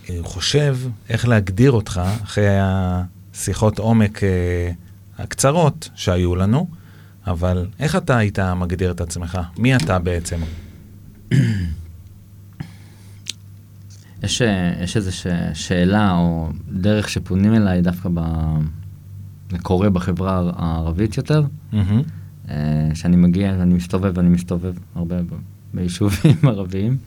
חושב איך להגדיר אותך אחרי השיחות עומק הקצרות שהיו לנו, אבל איך אתה היית מגדיר את עצמך? מי אתה בעצם? יש איזו שאלה או דרך שפונים אליי דווקא קורה בחברה הערבית יותר, שאני מגיע ואני מסתובב הרבה ביישובים ערביים,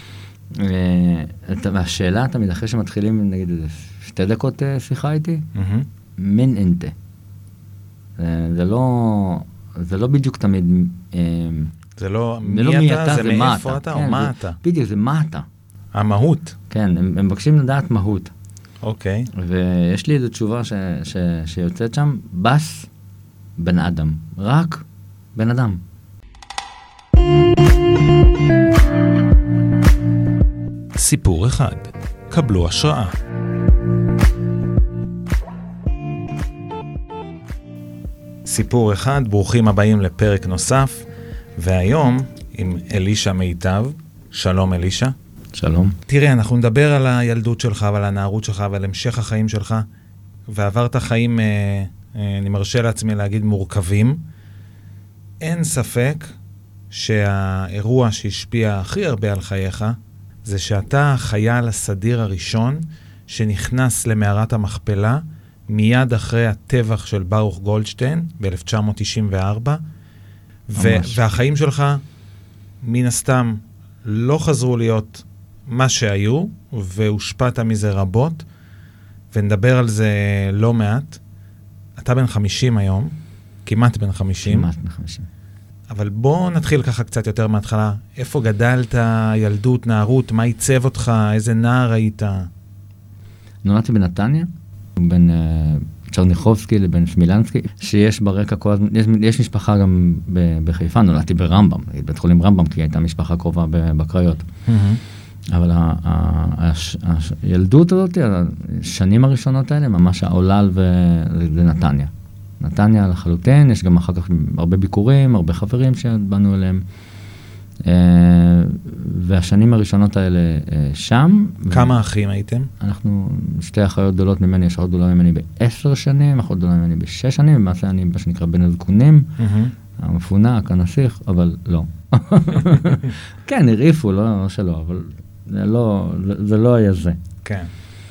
והשאלה תמיד אחרי שמתחילים, נגיד, 2 דקות שיחה איתי, מן אינטה. זה לא בדיוק תמיד, זה לא מי אתה, זה מאיפה אתה או מה אתה. בדיוק, זה מה אתה. המהות. כן, הם מבקשים לדעת מהות. אוקיי. ויש לי איזו תשובה שיוצאת שם, בס בן אדם. רק בן אדם. סיפור אחד. קבלו השראה. סיפור אחד, ברוכים הבאים לפרק נוסף, והיום עם אלישע מיטב. שלום אלישע. שלום. תראה, אנחנו נדבר על הילדות שלך ועל הנערות שלך ועל המשך החיים שלך, ועברת חיים, אני מרשה לעצמי להגיד, מורכבים. אין ספק שהאירוע שהשפיע הכי הרבה על חייך, זה שאתה החייל הסדיר הראשון שנכנס למערת המכפלה, מיד אחרי הטבח של ברוך גולדשטיין ב-1994, והחיים שלך מן הסתם לא חזרו להיות מה שהיו, והושפעת מזה רבות, ונדבר על זה לא מעט. אתה בן 50 היום, כמעט בן 50. כמעט בן 50. אבל בוא נתחיל ככה קצת יותר מההתחלה. איפה גדלת, ילדות, נערות, מה עיצב אותך, איזה נער היית? נולדתי בנתניה, בין צ'רניחובסקי לבין שמילנסקי, שיש ברקע כל הזמן, יש משפחה גם בחיפה, נולדתי ברמב"ם, בית חולים רמב"ם, כי הייתה משפחה קרובה בקריות. אבל הילדות הזאת, השנים הראשונות האלה, ממש העולל לנתניה. נתניה לחלוטין, יש גם אחר כך הרבה ביקורים, הרבה חברים שבאנו אליהם, והשנים הראשונות האלה שם. כמה אחים הייתם? אנחנו 2 אחיות גדולות ממני, יש אחות גדולה ממני ב10 שנים, אחות גדולה ממני ב6 שנים, למעשה אני מה שנקרא בין הזקונים, המפונק, הנסיך, אבל לא. כן, הרעיפו, לא שלא, אבל זה לא היה זה. כן.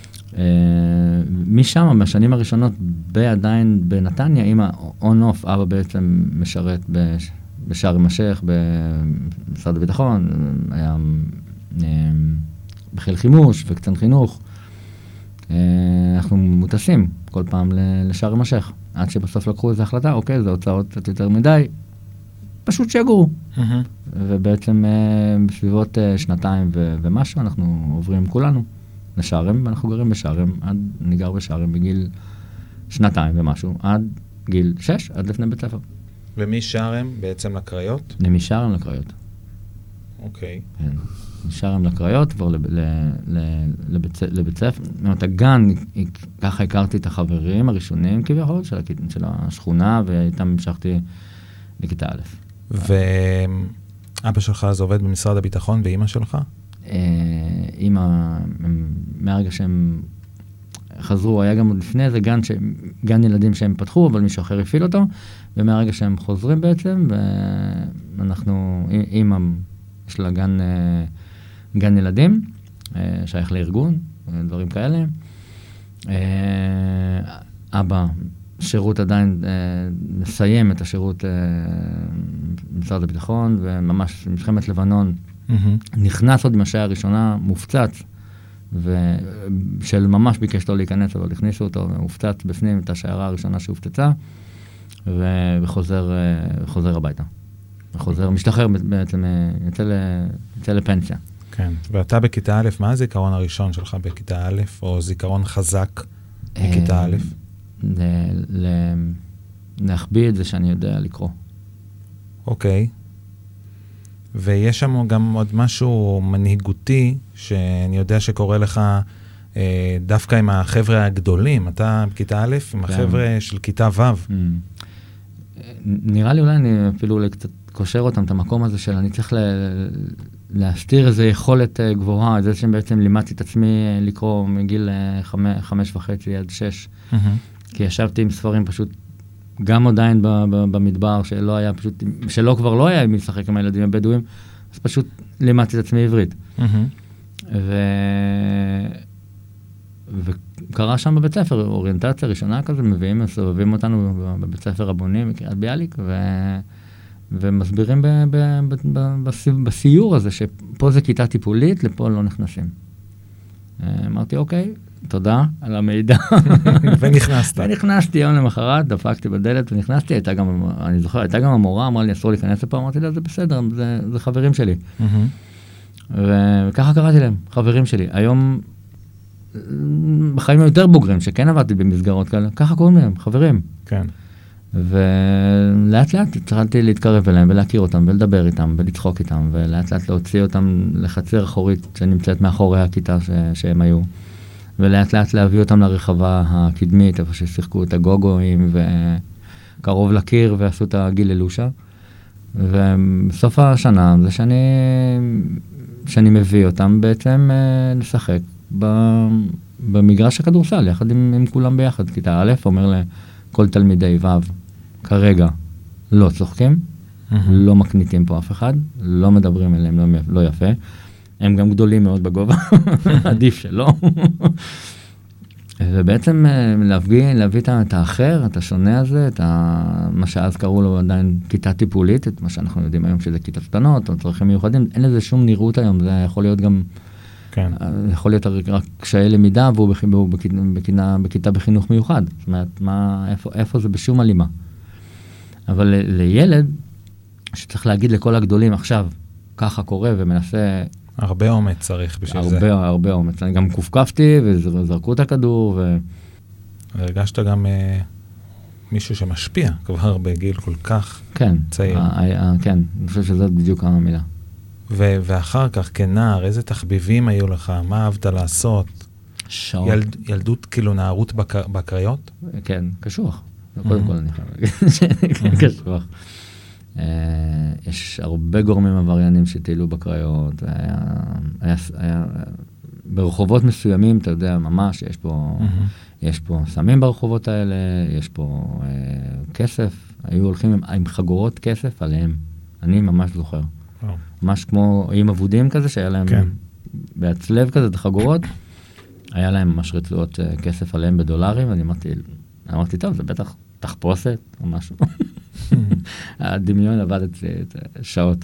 משם, בשנים הראשונות, עדיין בנתניה, אמא און-אוף, אבא בעצם משרת בשער המשך, במשרד הביטחון, היה בחיל חימוש וקצין חינוך. אנחנו מוטסים כל פעם לשער המשך, עד שבסוף לקחו איזו החלטה, אוקיי, זה הוצאות קצת יותר מדי, פשוט שיגרו. ובעצם בסביבות 2 ומשהו, אנחנו עוברים כולנו לשערם, ואנחנו גרים בשערם, אני גר בשערם בגיל 2 ומשהו, עד גיל 6, עד לפני בית ספר. ומשערם בעצם לקריות? משערם לקריות. אוקיי. כן. משערם לקריות, כבר לבית ספר. זאת הגן, ככה הכרתי את החברים הראשונים כביכול, של השכונה, ואיתם המשכתי לכיתה א'. ואבא שלך אז עובד במשרד הביטחון, ואמא שלך? אמא, מהרגע שהם חזרו, היה גם עוד לפני איזה גן ילדים שהם פתחו, אבל מישהו אחר הפעיל אותו, ומהרגע שהם חוזרים בעצם, ואנחנו, אמא, יש לה גן ילדים, שייך לארגון, דברים כאלה. אבא, שירות עדיין מסיים את השירות במשרד הביטחון, וממש מלחמת לבנון, נכנס עוד משעה הראשונה, מופצץ, ושל ממש ביקש לו להיכנס, אבל הכניסו אותו, מופצץ בפנים את השיירה הראשונה שהופצצה, וחוזר הביתה. וחוזר, משתחרר בעצם, יוצא לפנסיה. כן, ואתה בכיתה א', מה הזיכרון הראשון שלך בכיתה א', או זיכרון חזק בכיתה א'? להחביא את זה שאני יודע לקרוא. אוקיי. ויש שם גם עוד משהו מנהיגותי, שאני יודע שקורה לך דווקא עם החבר'ה הגדולים. אתה בכיתה א', עם החבר'ה של כיתה ו'. נראה לי אולי אני אפילו קושר אותם, את המקום הזה של אני צריך להסתיר איזו יכולת גבוהה, זה שבעצם לימדתי את עצמי לקרוא מגיל 5.5 עד 6, כי ישבתי עם ספרים פשוט, גם עדיין במדבר, שלא כבר לא היה מי לשחק עם הילדים הבדואים, אז פשוט לימדתי את עצמי עברית. וקרה שם בבית ספר, אוריינטציה ראשונה כזה, מסובבים אותנו בבית ספר הבונים, בקריית ביאליק, ומסבירים בסיור הזה, שפה זה כיתה טיפולית, לפה לא נכנסים. אמרתי, אוקיי, תודה על המידע. ונכנסת. ונכנסתי יום למחרת, דפקתי בדלת ונכנסתי, אני זוכר, הייתה גם המורה, אמרה לי, אסור להיכנס לפה, אמרתי לה, זה בסדר, זה חברים שלי. וככה קראתי להם, חברים שלי. היום, בחיים יותר בוגרים, שכן עבדתי במסגרות כאלה, ככה קוראים להם, חברים. כן. ולאט לאט התחלתי להתקרב אליהם ולהכיר אותם ולדבר איתם ולצחוק איתם ולאט לאט להוציא אותם לחצר אחורית שנמצאת מאחורי הכיתה שהם היו ולאט לאט להביא אותם לרחבה הקדמית איפה ששיחקו את הגוגואים וקרוב לקיר ועשו את הגיל אלושה ובסוף השנה זה שאני מביא אותם בעצם לשחק במגרש הכדורסל יחד עם כולם ביחד. כיתה א' אומר כל תלמידי ו' כרגע לא צוחקים, לא מקניטים פה אף אחד, לא מדברים אליהם, לא יפה. הם גם גדולים מאוד בגובה, עדיף שלא. ובעצם להביא את האחר, את השונה הזה, את מה שאז קראו לו עדיין כיתה טיפולית, את מה שאנחנו יודעים היום שזה כיתות קטנות, או צרכים מיוחדים, אין לזה שום נראות היום, זה יכול להיות גם... כן. יכול להיות רק קשיי למידה, והוא בכיתה בחינוך מיוחד. זאת אומרת, איפה זה בשום הלימה. אבל לילד, שצריך להגיד לכל הגדולים, עכשיו, ככה קורה ומנסה... הרבה אומץ צריך בשביל זה. הרבה אומץ. אני גם קופקפתי, וזרקו את הכדור, והרגשת גם מישהו שמשפיע, כבר בגיל כל כך צעיר. כן, אני חושב שזאת בדיוק המילה. ואחר כך, כנער, איזה תחביבים היו לך? מה אהבת לעשות? שעות. ילדות, כאילו נערות בקריות? כן, קשוח. קודם כל אני חייב להגיד, קשוח. יש הרבה גורמים עבריינים שטיילו בקריות. ברחובות מסוימים, אתה יודע, ממש, יש פה סמים ברחובות האלה, יש פה כסף. היו הולכים עם חגורות כסף עליהם. אני ממש זוכר. ממש כמו עם עבודים כזה, שהיה להם בהצלב כזה, את החגורות, היה להם ממש רצועות כסף עליהם בדולרים, ואני אמרתי, טוב, זה בטח תחפושת או משהו. הדמיון עבד אצלי שעות.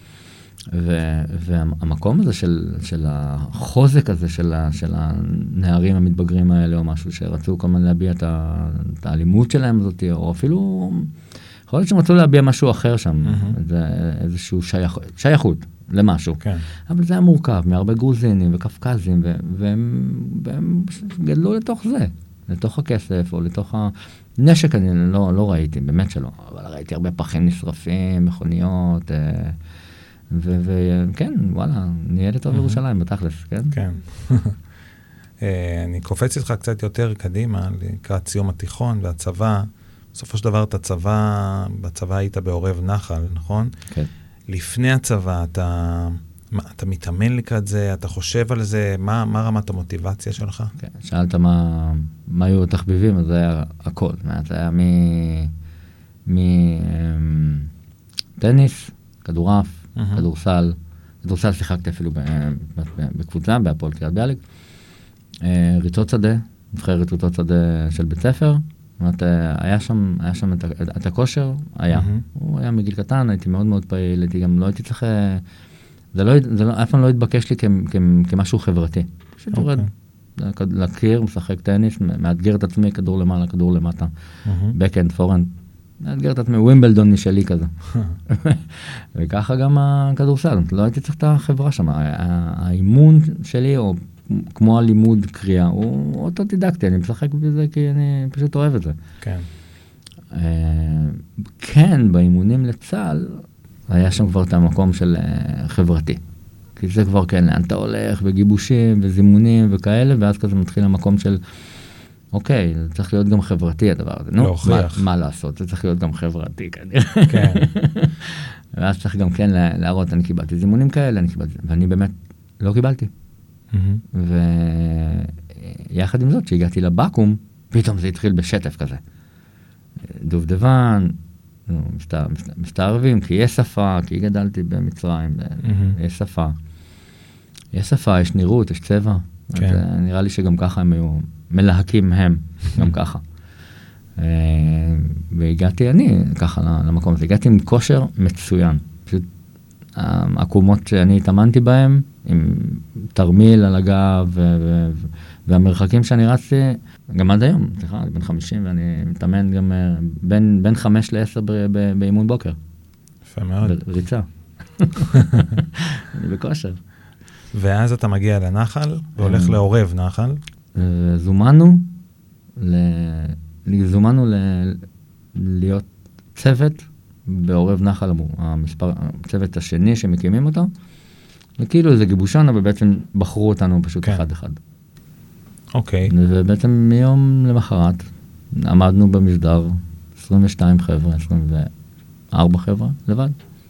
והמקום הזה של החוזק הזה, של הנערים המתבגרים האלה או משהו, שרצו כל הזמן להביע את האלימות שלהם הזאת, או אפילו... יכול להיות שהם רצו להביע משהו אחר שם, איזושהי שייכות למשהו. אבל זה היה מורכב, מהרבה גרוזינים וקפקזים, והם גדלו לתוך זה, לתוך הכסף, או לתוך הנשק, אני לא ראיתי, באמת שלא, אבל ראיתי הרבה פחים נשרפים, מכוניות, וכן, וואלה, נהיה לטוב ירושלים, בתכלס, כן? כן. אני קופץ איתך קצת יותר קדימה, לקראת סיום התיכון והצבא, בסופו של דבר, בצבא היית בעורב נחל, נכון? כן. לפני הצבא, אתה מתאמן לקראת זה, אתה חושב על זה, מה רמת המוטיבציה שלך? כן, שאלת מה היו התחביבים, אז זה היה הכל. זה היה טניס, כדורעף, כדורסל שיחקתי אפילו בקבוצה, בהפועל קריית ביאליק, ריצות שדה, נבחרת ריצות שדה של בית ספר, זאת אומרת, היה שם את הכושר, הוא היה מגיל קטן, הייתי מאוד מאוד פעיל, גם לא הייתי צריך, אף פעם לא התבקש לי כמשהו חברתי. פשוט יורד לקיר, משחק טניס, מאתגר את עצמי, כדור למעלה, כדור למטה, בקאנד, פורנד, מאתגר את עצמי, ווימבלדון נשאלי כזה. וככה גם הכדורסל, לא הייתי צריך את החברה שם, האימון שלי, או כמו הלימוד קריאה, הוא אוטודידקטי, אני משחק בזה כי אני פשוט אוהב את זה. כן. כן, באימונים לצה"ל, היה שם כבר את המקום של חברתי. כי זה כבר כן, לאן אתה הולך, וגיבושים, וזימונים וכאלה, ואז כזה מתחיל המקום של, אוקיי, זה צריך להיות גם חברתי הדבר הזה. נו, מה לעשות? זה צריך להיות גם חברתי, כנראה. כן. ואז צריך גם כן להראות, אני קיבלתי זימונים כאלה, ואני באמת לא קיבלתי. ויחד עם זאת, שהגעתי לבקו"ם, פתאום זה התחיל בשטף כזה. דובדבן, מסתערבים, כי יש שפה, כי גדלתי במצרים, יש שפה. יש שפה, יש נראות, יש צבע. נראה לי שגם ככה הם היו מלהקים הם, גם ככה. והגעתי אני ככה למקום הזה, הגעתי עם כושר מצוין. פשוט העקומות שאני התאמנתי בהם, עם תרמיל על הגב, והמרחקים שאני רצתי, גם עד היום, סליחה, אני בן 50 ואני מתאמן גם בין 5 ל-10 באימון בוקר. יפה מאוד. ריצה. אני בכושר. ואז אתה מגיע לנחל, והולך לעורב נחל. זומנו להיות צוות בעורב נחל, הצוות השני שמקימים אותו, וכאילו זה גיבושון, אבל בעצם בחרו אותנו פשוט אחד-אחד. אוקיי. ובעצם מיום למחרת עמדנו במסדר, 22 חבר'ה, 24 חבר'ה, לבד.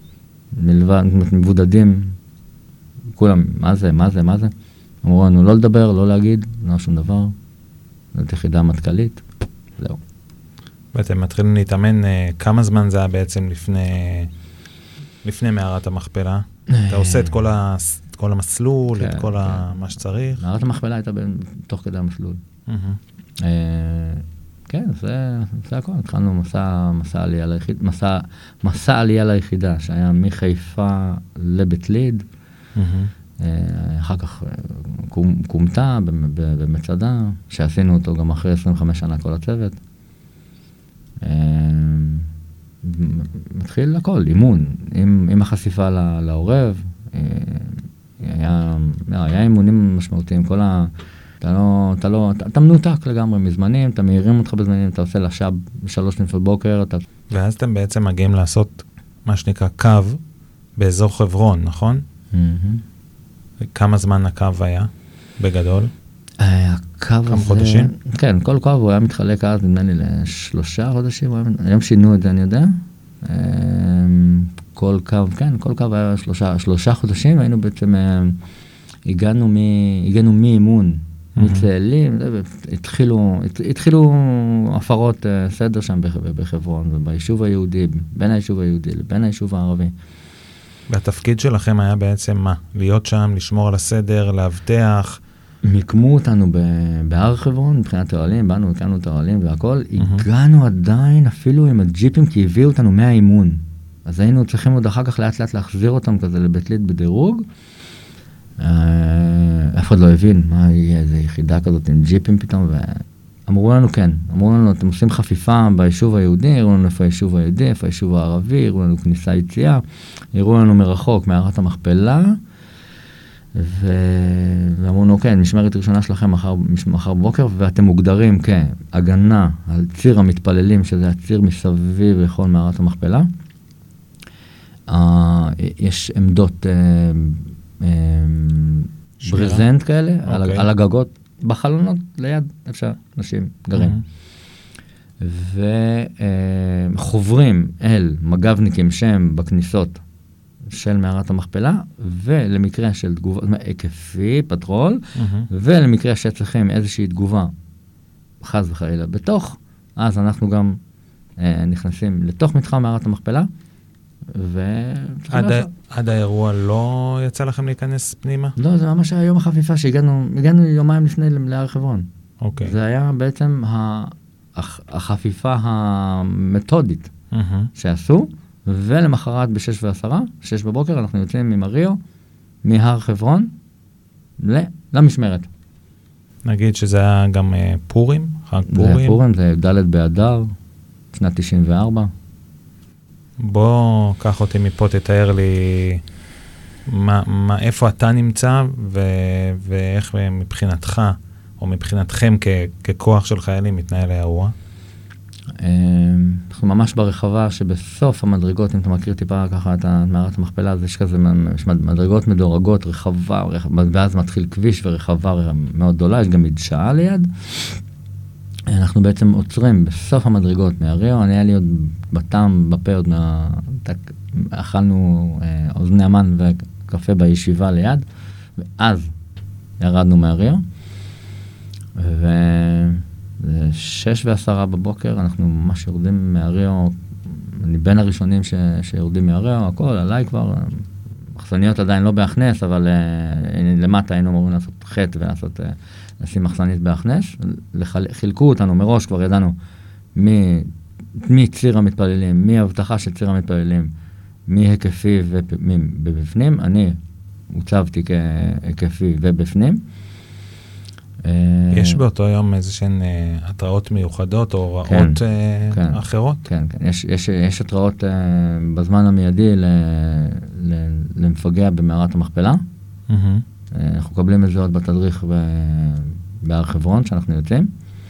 מבודדים, כולם, מה זה? אמרו לנו לא לדבר, לא להגיד, לא שום דבר. זאת יחידה מטכ"לית, זהו. ואתם מתחילים להתאמן, כמה זמן זה היה בעצם לפני מערת המכפלה? אתה עושה את כל המסלול, את כל מה שצריך? מערת המכפלה הייתה תוך כדי המסלול. כן, זה הכל. התחלנו מסע עלייה ליחידה, שהיה מחיפה לבית ליד, אחר כך קומתה במצדה, שעשינו אותו גם אחרי 25 שנה כל הצוות. מתחיל הכל, אימון, עם החשיפה לעורב, היה אימונים משמעותיים, אתה מנותק לגמרי מזמנים, אתה מהירים אותך בזמנים, אתה עושה לשב 3 לפנות בוקר. ואז אתם בעצם מגיעים לעשות מה שנקרא קו באזור חברון, נכון? כמה זמן הקו היה בגדול? כמה חודשים? כן, כל קו הוא היה מתחלק אז, נדמה לי, ל3 חודשים, היום שינו את זה, אני יודע. כל קו היה 3 חודשים, היינו בעצם, הגענו מאימון, מצאלים, התחילו הפרות סדר שם בחברון, וביישוב היהודי, בין היישוב היהודי לבין היישוב הערבי. והתפקיד שלכם היה בעצם מה? להיות שם, לשמור על הסדר, להבטח? מיקמו אותנו בהר חברון, מבחינת האוהלים, הקמנו את האוהלים והכל, הגענו עדיין אפילו עם הג'יפים, כי הביאו אותנו מהאימון. אז היינו צריכים עוד אחר כך לאט לאט להחזיר אותם כזה לבית ליד בדירוג. אף אחד לא הבין מה יהיה איזו יחידה כזאת עם ג'יפים פתאום, ואמרו לנו כן, אמרו לנו, אתם עושים חפיפה ביישוב היהודי, הראו לנו איפה היישוב היהודי, איפה היישוב הערבי, הראו לנו כניסה יציאה, הראו לנו מרחוק מערת המכפלה, ואמרו לנו, כן, משמרת ראשונה שלכם מחר בבוקר, ואתם מוגדרים כהגנה על ציר המתפללים, שזה הציר מסביב לכל מערת המכפלה. יש עמדות ברזנט כאלה, על הגגות, בחלונות ליד, אפשר, אנשים גרים. וחוברים אל מג"בניקים שהם בכניסות של מערת המכפלה, ולמקרה של תגובה, היקפי, פטרול, ולמקרה שצריכים איזושהי תגובה, חס וחלילה, בתוך, אז אנחנו גם נכנסים לתוך מתחם מערת המכפלה, עד האירוע לא יצא לכם להיכנס פנימה? לא, זה ממש היה יום החפיפה שהגענו יומיים לפני להר חברון. אוקיי. זה היה בעצם החפיפה המתודית שעשו, ולמחרת ב6:10, 6 בבוקר, אנחנו יוצאים ממריו, מהר חברון, למשמרת. נגיד שזה היה גם פורים, חג פורים. זה פורים, זה ד' באדר, שנת 94. בוא, קח אותי מפה, תתאר לי איפה אתה נמצא, ואיך מבחינתך, או מבחינתכם ככוח של חיילים, מתנהל האירוע. אנחנו ממש ברחבה שבסוף המדרגות, אם אתה מכיר טיפה ככה את מערת המכפלה, אז יש כזה מדרגות מדורגות, רחבה, ואז מתחיל כביש ורחבה מאוד גדולה, יש גם מדשאה ליד. אנחנו בעצם עוצרים בסוף המדרגות מהריו, אני היה לי עוד בטעם, בפה, עוד אכלנו אוזני המן וקפה בישיבה ליד, ואז ירדנו מהריו, ו6:10 בבוקר אנחנו ממש יורדים מהריו, אני בין הראשונים שיורדים מהריו, הכל עליי כבר, מחסניות עדיין לא בהכנס, אבל למטה היינו אמורים לעשות חטא לשים מחסנית בהכנס, חילקו אותנו מראש, כבר ידענו מציר המתפללים, מהבטחה של ציר המתפללים, מהיקפי ובפנים, אני הוצבתי כהיקפי ובפנים. יש באותו יום איזושהן התראות מיוחדות או הוראות אחרות? כן, כן. יש התראות בזמן המיידי למפגע במערת המכפלה. אנחנו מקבלים את זה עוד בתדריך בהר חברון, שאנחנו יוצאים.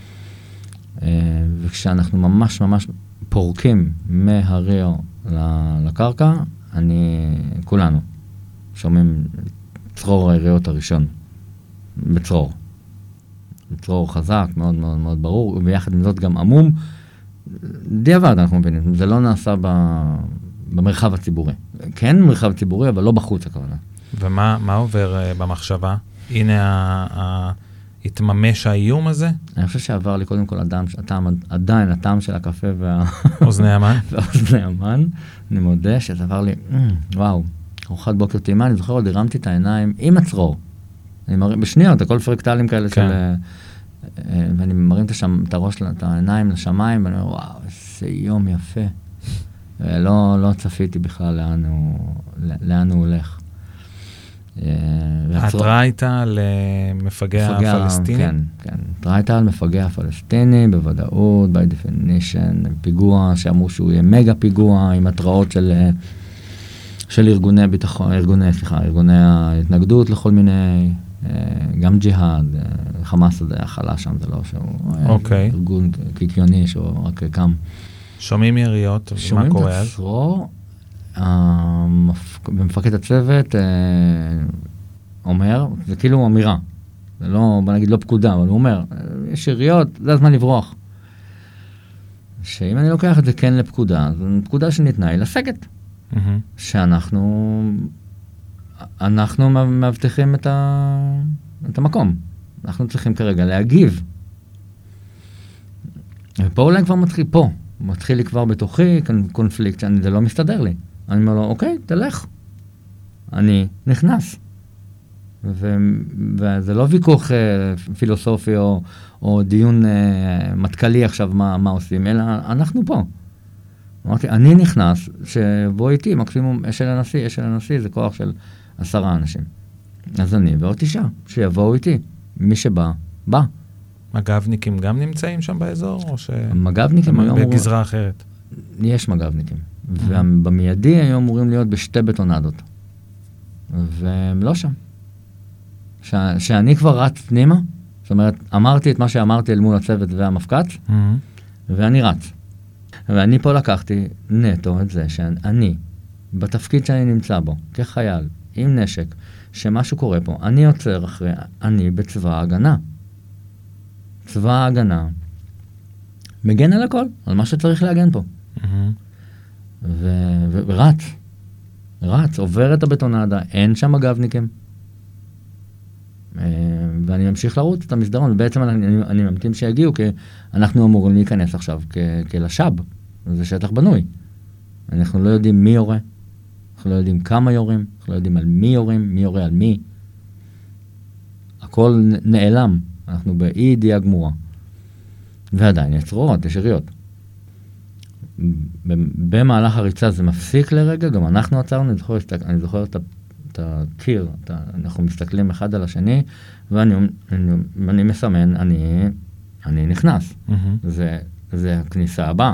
וכשאנחנו ממש ממש פורקים מהריו לקרקע, כולנו שומעים צרור היריות הראשון, בצרור חזק, מאוד מאוד מאוד ברור, וביחד עם זאת גם עמום, דיעבד אנחנו מבינים, זה לא נעשה במרחב הציבורי. כן מרחב ציבורי, אבל לא בחוץ הכוונה. ומה עובר במחשבה? הנה התממש האיום הזה? אני חושב שעבר לי קודם כל עדיין הטעם של הקפה אוזני המן. ואוזני המן. אני מודה שזה עבר לי, וואו, ארוחת בוקר טעימה, אני זוכר עוד הרמתי את העיניים עם הצרור. בשניות, הכל פרקטלים כאלה של... ואני מרים את הראש, את העיניים לשמיים, ואני אומר, וואו, איזה יום יפה. לא צפיתי בכלל לאן הוא הולך. ההתראה הייתה למפגע הפלסטיני? כן, כן. ההתראה הייתה על מפגע הפלסטיני, בוודאות, by definition, פיגוע שאמרו שהוא יהיה מגה פיגוע, עם התראות של ארגוני ביטחון, ארגוני ההתנגדות לכל מיני, גם ג'יהאד, חמאס זה היה חלש שם, זה לא שהוא ארגון קיקיוני שהוא רק קם. שומעים יריות, מה קורה אז? שומעים את הצרור, במפקד הצוות אומר, זה כאילו אמירה, זה לא, בוא נגיד לא פקודה, אבל הוא אומר, יש יריות, זה הזמן לברוח. שאם אני לוקח את זה כן לפקודה, זו פקודה שניתנה היא לסגת. שאנחנו מבטיחים את המקום. אנחנו צריכים כרגע להגיב. ופה אולי כבר מתחיל לי כבר בתוכי קונפליקט, זה לא מסתדר לי. אני אומר לו, אוקיי, תלך. אני נכנס. וזה לא ויכוח פילוסופי או דיון מתקלי עכשיו מה עושים, אלא אנחנו פה. אמרתי, אני נכנס, שבוא איתי, מקסימום אש אל הנשיא, זה כוח של 10 אנשים. אז אני ועוד 9, שיבואו איתי. מי שבא, בא. מג"בניקים גם נמצאים שם באזור? או מג"בניקים היום... בגזרה אחרת? יש מג"בניקים. ובמיידי היום אמורים להיות בשתי בטונדות. והם לא שם. שאני כבר רץ פנימה, זאת אומרת, אמרתי את מה שאמרתי אל מול הצוות והמפקץ, ואני רץ. ואני פה לקחתי נטו את זה שאני, בתפקיד שאני נמצא בו, כחייל, עם נשק, שמשהו קורה פה, אני יוצר אחרי, אני בצבא ההגנה. צבא ההגנה, מגן על הכל, על מה שצריך להגן פה. רץ, עובר את הבטונדה, אין שם מג"בניקים. ואני ממשיך לרוץ את המסדרון, ובעצם אני ממתין שיגיעו, כי אנחנו אמורים להיכנס עכשיו כלשב, זה שטח בנוי. אנחנו לא יודעים מי יורה, אנחנו לא יודעים כמה יורים, אנחנו לא יודעים על מי יורים, מי יורה על מי. הכל נעלם, אנחנו באי ידיעה גמורה. ועדיין יש צרורות, יש יריות. במהלך הריצה זה מפסיק לרגע, גם אנחנו עצרנו, אני זוכר את הקיר, אנחנו מסתכלים אחד על השני, ואני מסמן, אני נכנס. זה הכניסה הבאה.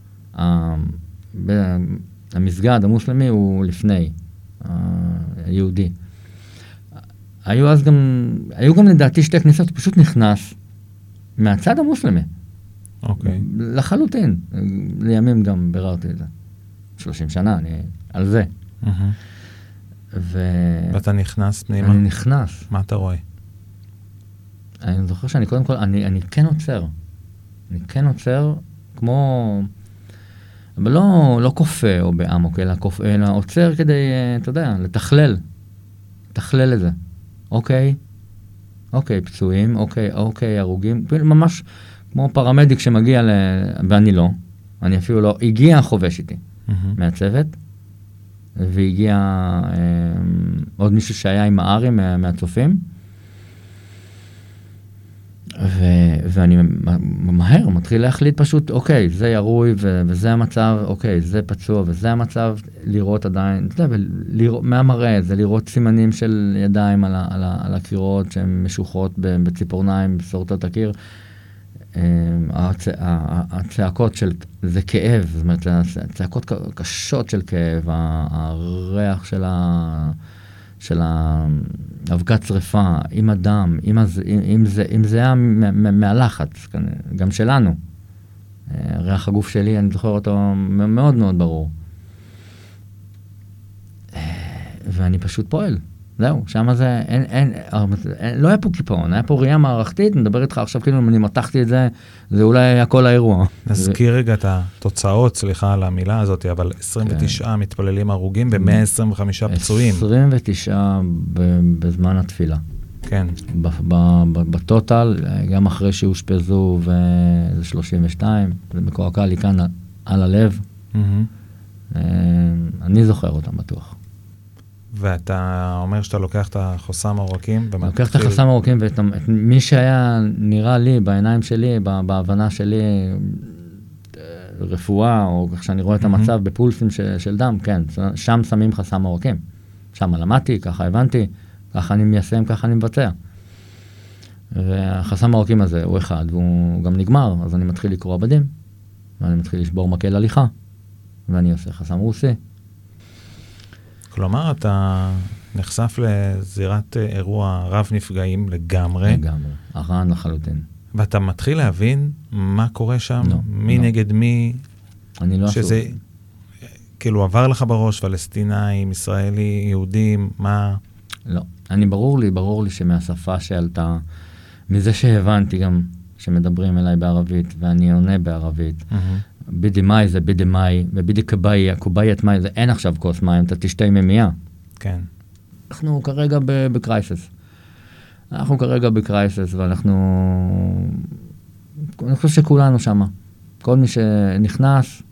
המסגד המוסלמי הוא לפני היהודי. היו גם לדעתי 2 כניסות, הוא פשוט נכנס מהצד המוסלמי. אוקיי. לחלוטין. לימים גם ביררתי את זה. 30 שנה, אני על זה. ואתה נכנס פנימה? אני נכנס. מה אתה רואה? אני זוכר שאני קודם כל, אני כן עוצר. אני כן עוצר כמו... אבל לא כופה או באמוק, אלא עוצר כדי, אתה יודע, לתכלל את זה. אוקיי, פצועים, אוקיי, הרוגים, ממש כמו פרמדיק שמגיע ואני לא, אני אפילו לא, הגיע חובש איתי מהצוות, והגיע עוד מישהו שהיה עם הארי מהצופים, ואני מהר מתחיל להחליט פשוט, אוקיי, זה ירוי וזה המצב, אוקיי, זה פצוע וזה המצב, לראות עדיין, אתה יודע, מהמראה, זה לראות סימנים של ידיים על הקירות שהן משוחות בציפורניים, בסורטות הקיר, הצעקות של, זה כאב, זאת אומרת, הצעקות קשות של כאב, הריח של האבקת שריפה, עם הדם, אם זה היה מהלחץ, גם שלנו. ריח הגוף שלי, אני זוכר אותו מאוד מאוד ברור. ואני פשוט פועל. זהו, שם זה, לא היה פה קיפאון, היה פה ראייה מערכתית, נדבר איתך עכשיו כאילו אם אני מתחתי את זה, זה אולי היה כל האירוע. נזכיר רגע את התוצאות, סליחה על המילה הזאת, אבל 29 מתפללים הרוגים ו-125 פצועים. 29 בזמן התפילה. כן. בטוטל, גם אחרי שהושפזו וזה 32, זה מקועקע לי כאן על הלב. אני זוכר אותם בטוח. ואתה אומר שאתה לוקח את החוסם העורקים, לוקח את החוסם העורקים, ואת מי שהיה נראה לי, בעיניים שלי, בהבנה שלי, רפואה, או איך שאני רואה את המצב בפולסים של דם, כן, שם שמים חסם העורקים. שם למדתי, ככה הבנתי, ככה אני מיישם, ככה אני מבצע. והחסם העורקים הזה הוא אחד, והוא גם נגמר, אז אני מתחיל לקרוא בדים, ואני מתחיל לשבור מקל הליכה, ואני עושה חסם רוסי. כלומר, אתה נחשף לזירת אירוע רב נפגעים לגמרי. לגמרי, הרען לחלוטין. ואתה מתחיל להבין מה קורה שם, מי נגד מי, אני לא שזה כאילו עבר לך בראש, פלסטינאים, ישראלי, יהודים, מה? לא, ברור לי שמהשפה שעלתה, מזה שהבנתי גם שמדברים אליי בערבית, ואני עונה בערבית, בדמאי זה בדמאי, ובדקבאי, הקובאיית מים, זה אין עכשיו כוס מים, אתה תשתה ממייה. כן. אנחנו כרגע בקרייסס. ואנחנו, אני חושב שכולנו שם. כל מי שנכנס,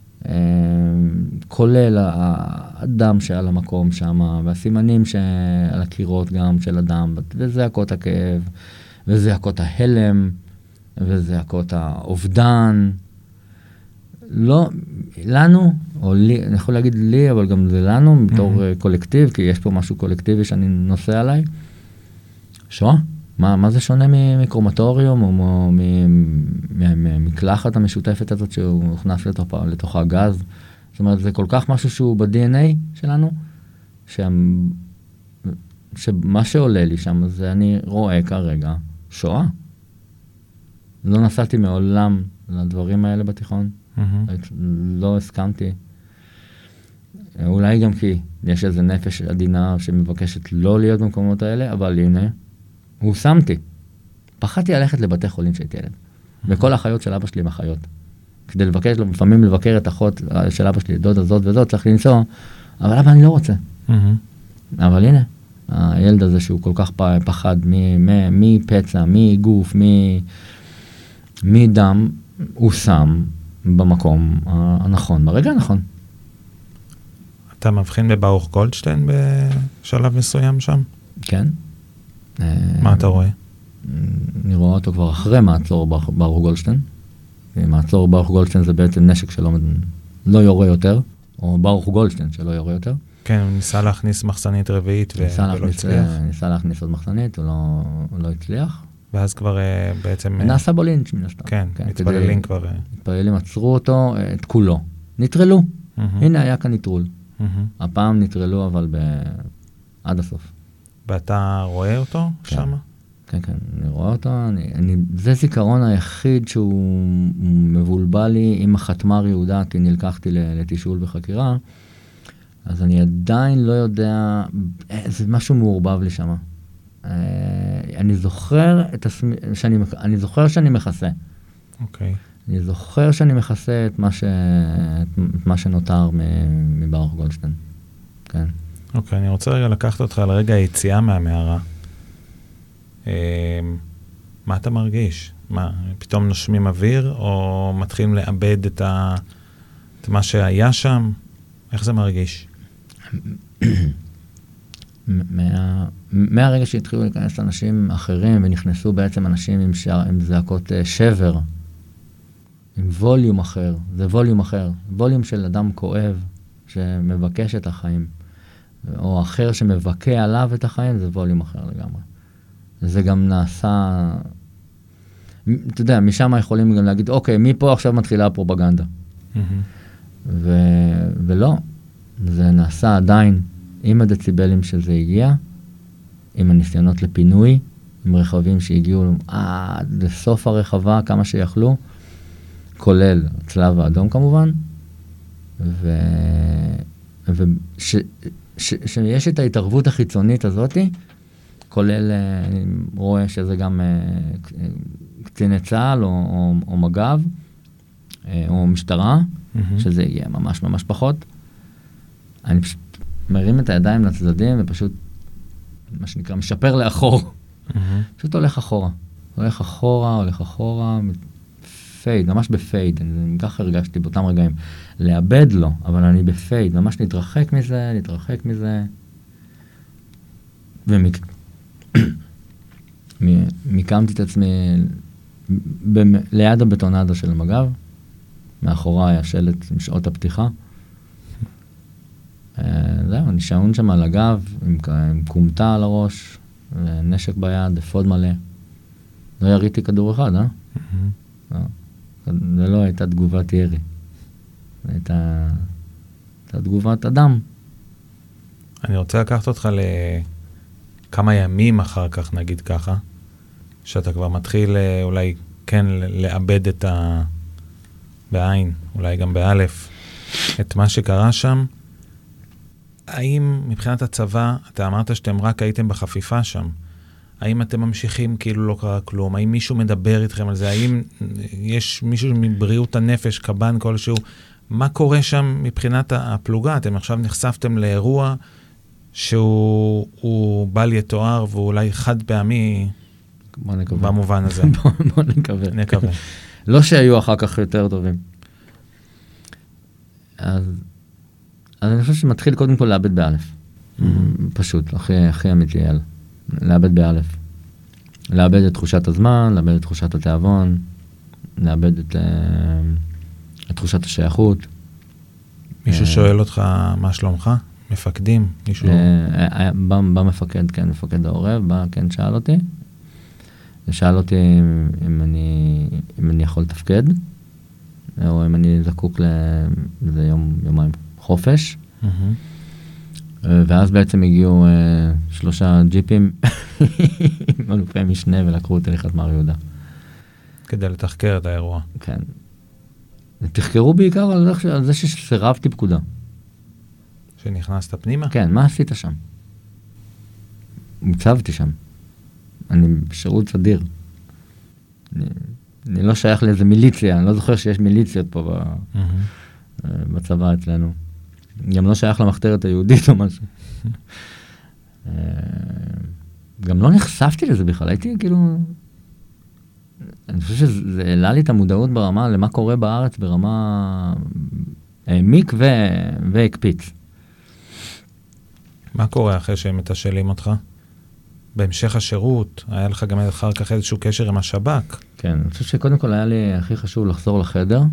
כולל האדם שעל המקום שם, והסימנים שעל הקירות גם של אדם, וזעקות הכאב, וזעקות ההלם, וזעקות האובדן. לא, לנו, או לי, אני יכול להגיד לי, אבל גם זה לנו, בתור קולקטיב, כי יש פה משהו קולקטיבי שאני נושא עליי. שואה? מה זה שונה מקרומטוריום, או מקלחת המשותפת הזאת שהוא הוכנס לתוך הגז? זאת אומרת, זה כל כך משהו שהוא ב-DNA שלנו, שמה שעולה לי שם, זה אני רואה כרגע שואה. לא נסעתי מעולם לדברים האלה בתיכון. לא הסכמתי. אולי גם כי יש איזה נפש עדינה שמבקשת לא להיות במקומות האלה, אבל הנה, הוא שמתי. פחדתי ללכת לבתי חולים שהייתי ילד. וכל האחיות של אבא שלי הם אחיות. כדי לבקש לו, לפעמים לבקר את אחות של אבא שלי, דודה זאת וזאת, צריך לנסוע, אבל אבא אני לא רוצה. אבל הנה, הילד הזה שהוא כל כך פחד מפצע, מגוף, מדם, הוא שם במקום הנכון, ברגע הנכון. אתה מבחין בברוך גולדשטיין בשלב מסוים שם? כן. מה אתה רואה? אני רואה אותו כבר אחרי מעצור ברוך גולדשטיין. מעצור ברוך גולדשטיין זה בעצם נשק שלא לא יורה יותר, או ברוך גולדשטיין שלא יורה יותר. כן, הוא ניסה להכניס מחסנית רביעית ולא הצליח. ניסה להכניס עוד מחסנית, הוא לא הצליח. ואז כבר בעצם... נעשה בו לינץ' מן הסתם. כן, מתפללים כבר... מתפללים עצרו אותו, את כולו. נטרלו. הנה היה כאן נטרול. הפעם נטרלו, אבל עד הסוף. ואתה רואה אותו שם? כן, כן, אני רואה אותו. זה זיכרון היחיד שהוא מבולבל לי עם החתמר יהודה, כי נלקחתי לתישול וחקירה. אז אני עדיין לא יודע, זה משהו מעורבב לי שם. אני זוכר שאני מכסה. אוקיי. אני זוכר שאני מכסה את מה שנותר מברוך גולדשטיין. כן. אוקיי, אני רוצה רגע לקחת אותך על רגע היציאה מהמערה. מה אתה מרגיש? מה, פתאום נושמים אוויר, או מתחילים לאבד את מה שהיה שם? איך זה מרגיש? מהרגע שהתחילו להיכנס אנשים אחרים, ונכנסו בעצם אנשים עם זעקות שבר, עם ווליום אחר, זה ווליום אחר, ווליום של אדם כואב, שמבקש את החיים, או אחר שמבקע עליו את החיים, זה ווליום אחר לגמרי. זה גם נעשה, אתה יודע, משם יכולים גם להגיד, אוקיי, מפה עכשיו מתחילה הפרופגנדה. ולא, זה נעשה עדיין עם הדציבלים שזה הגיע, עם הניסיונות לפינוי, עם רכבים שהגיעו עד לסוף הרחבה, כמה שיכלו, כולל הצלב האדום כמובן, שיש את ההתערבות החיצונית הזאת, כולל, אני רואה שזה גם קציני צה"ל או מג"ב, או משטרה, שזה יהיה ממש ממש פחות. אני פשוט מרים את הידיים לצדדים ופשוט, מה שנקרא, משפר לאחור. פשוט הולך אחורה. הולך אחורה, פייד, ממש בפייד. אני ככה הרגשתי באותם רגעים. לאבד לו, אבל אני בפייד. ממש להתרחק מזה. ומיקמתי את עצמי ליד הבטונדה של המג"ב. מאחוריי השלט עם שעות הפתיחה. זהו, אני שעון שם על הגב, עם קומטה על הראש, ונשק ביד, אפוד מלא. לא יריתי כדור אחד, זה לא הייתה תגובת ירי. זה הייתה תגובת אדם. אני רוצה לקחת אותך לכמה ימים אחר כך, נגיד ככה, שאתה כבר מתחיל אולי כן לאבד את בעין, אולי גם באלף, את מה שקרה שם. האם מבחינת הצבא, אתה אמרת שאתם רק הייתם בחפיפה שם, האם אתם ממשיכים כאילו לא קרה כלום? האם מישהו מדבר איתכם על זה? האם יש מישהו מבריאות הנפש, קב"ן כלשהו? מה קורה שם מבחינת הפלוגה? אתם עכשיו נחשפתם לאירוע שהוא בל יתואר ואולי חד פעמי במובן הזה. בוא נקווה. לא שהיו אחר כך יותר טובים. אז אני חושב שמתחיל קודם כל לאבד באלף. פשוט, הכי אמיתי, לאבד באלף. לאבד את תחושת הזמן, לאבד את תחושת התיאבון, לאבד את תחושת השייכות. מישהו שואל אותך מה שלומך? מפקדים? מישהו? בא מפקד, כן, מפקד העורב, בא, כן, שאל אותי. שאל אותי אם אני יכול לתפקד, או אם אני זקוק לזה יומיים חופש. ואז בעצם הגיעו 3 ג'יפים עם אלופי משנה ולקחו אותי לחזמר יהודה. כדי לתחקר את האירוע. כן. תחקרו בעיקר על זה שסירבתי פקודה. שנכנסת פנימה? כן, מה עשית שם? מוצבתי שם. אני בשירות סדיר. אני לא שייך לאיזה מיליציה, אני לא זוכר שיש מיליציות פה בצבא אצלנו. גם לא שייך למחתרת היהודית או משהו. גם לא נחשפתי לזה בכלל, הייתי כאילו... אני חושב שזה העלה לי את המודעות ברמה למה קורה בארץ ברמה העמיק והקפיץ. מה קורה אחרי שהם מתשאלים אותך? בהמשך השירות, היה לך גם אחר כך איזשהו קשר עם השב"כ. כן, אני חושב שקודם כל היה לי הכי חשוב לחזור לחדר,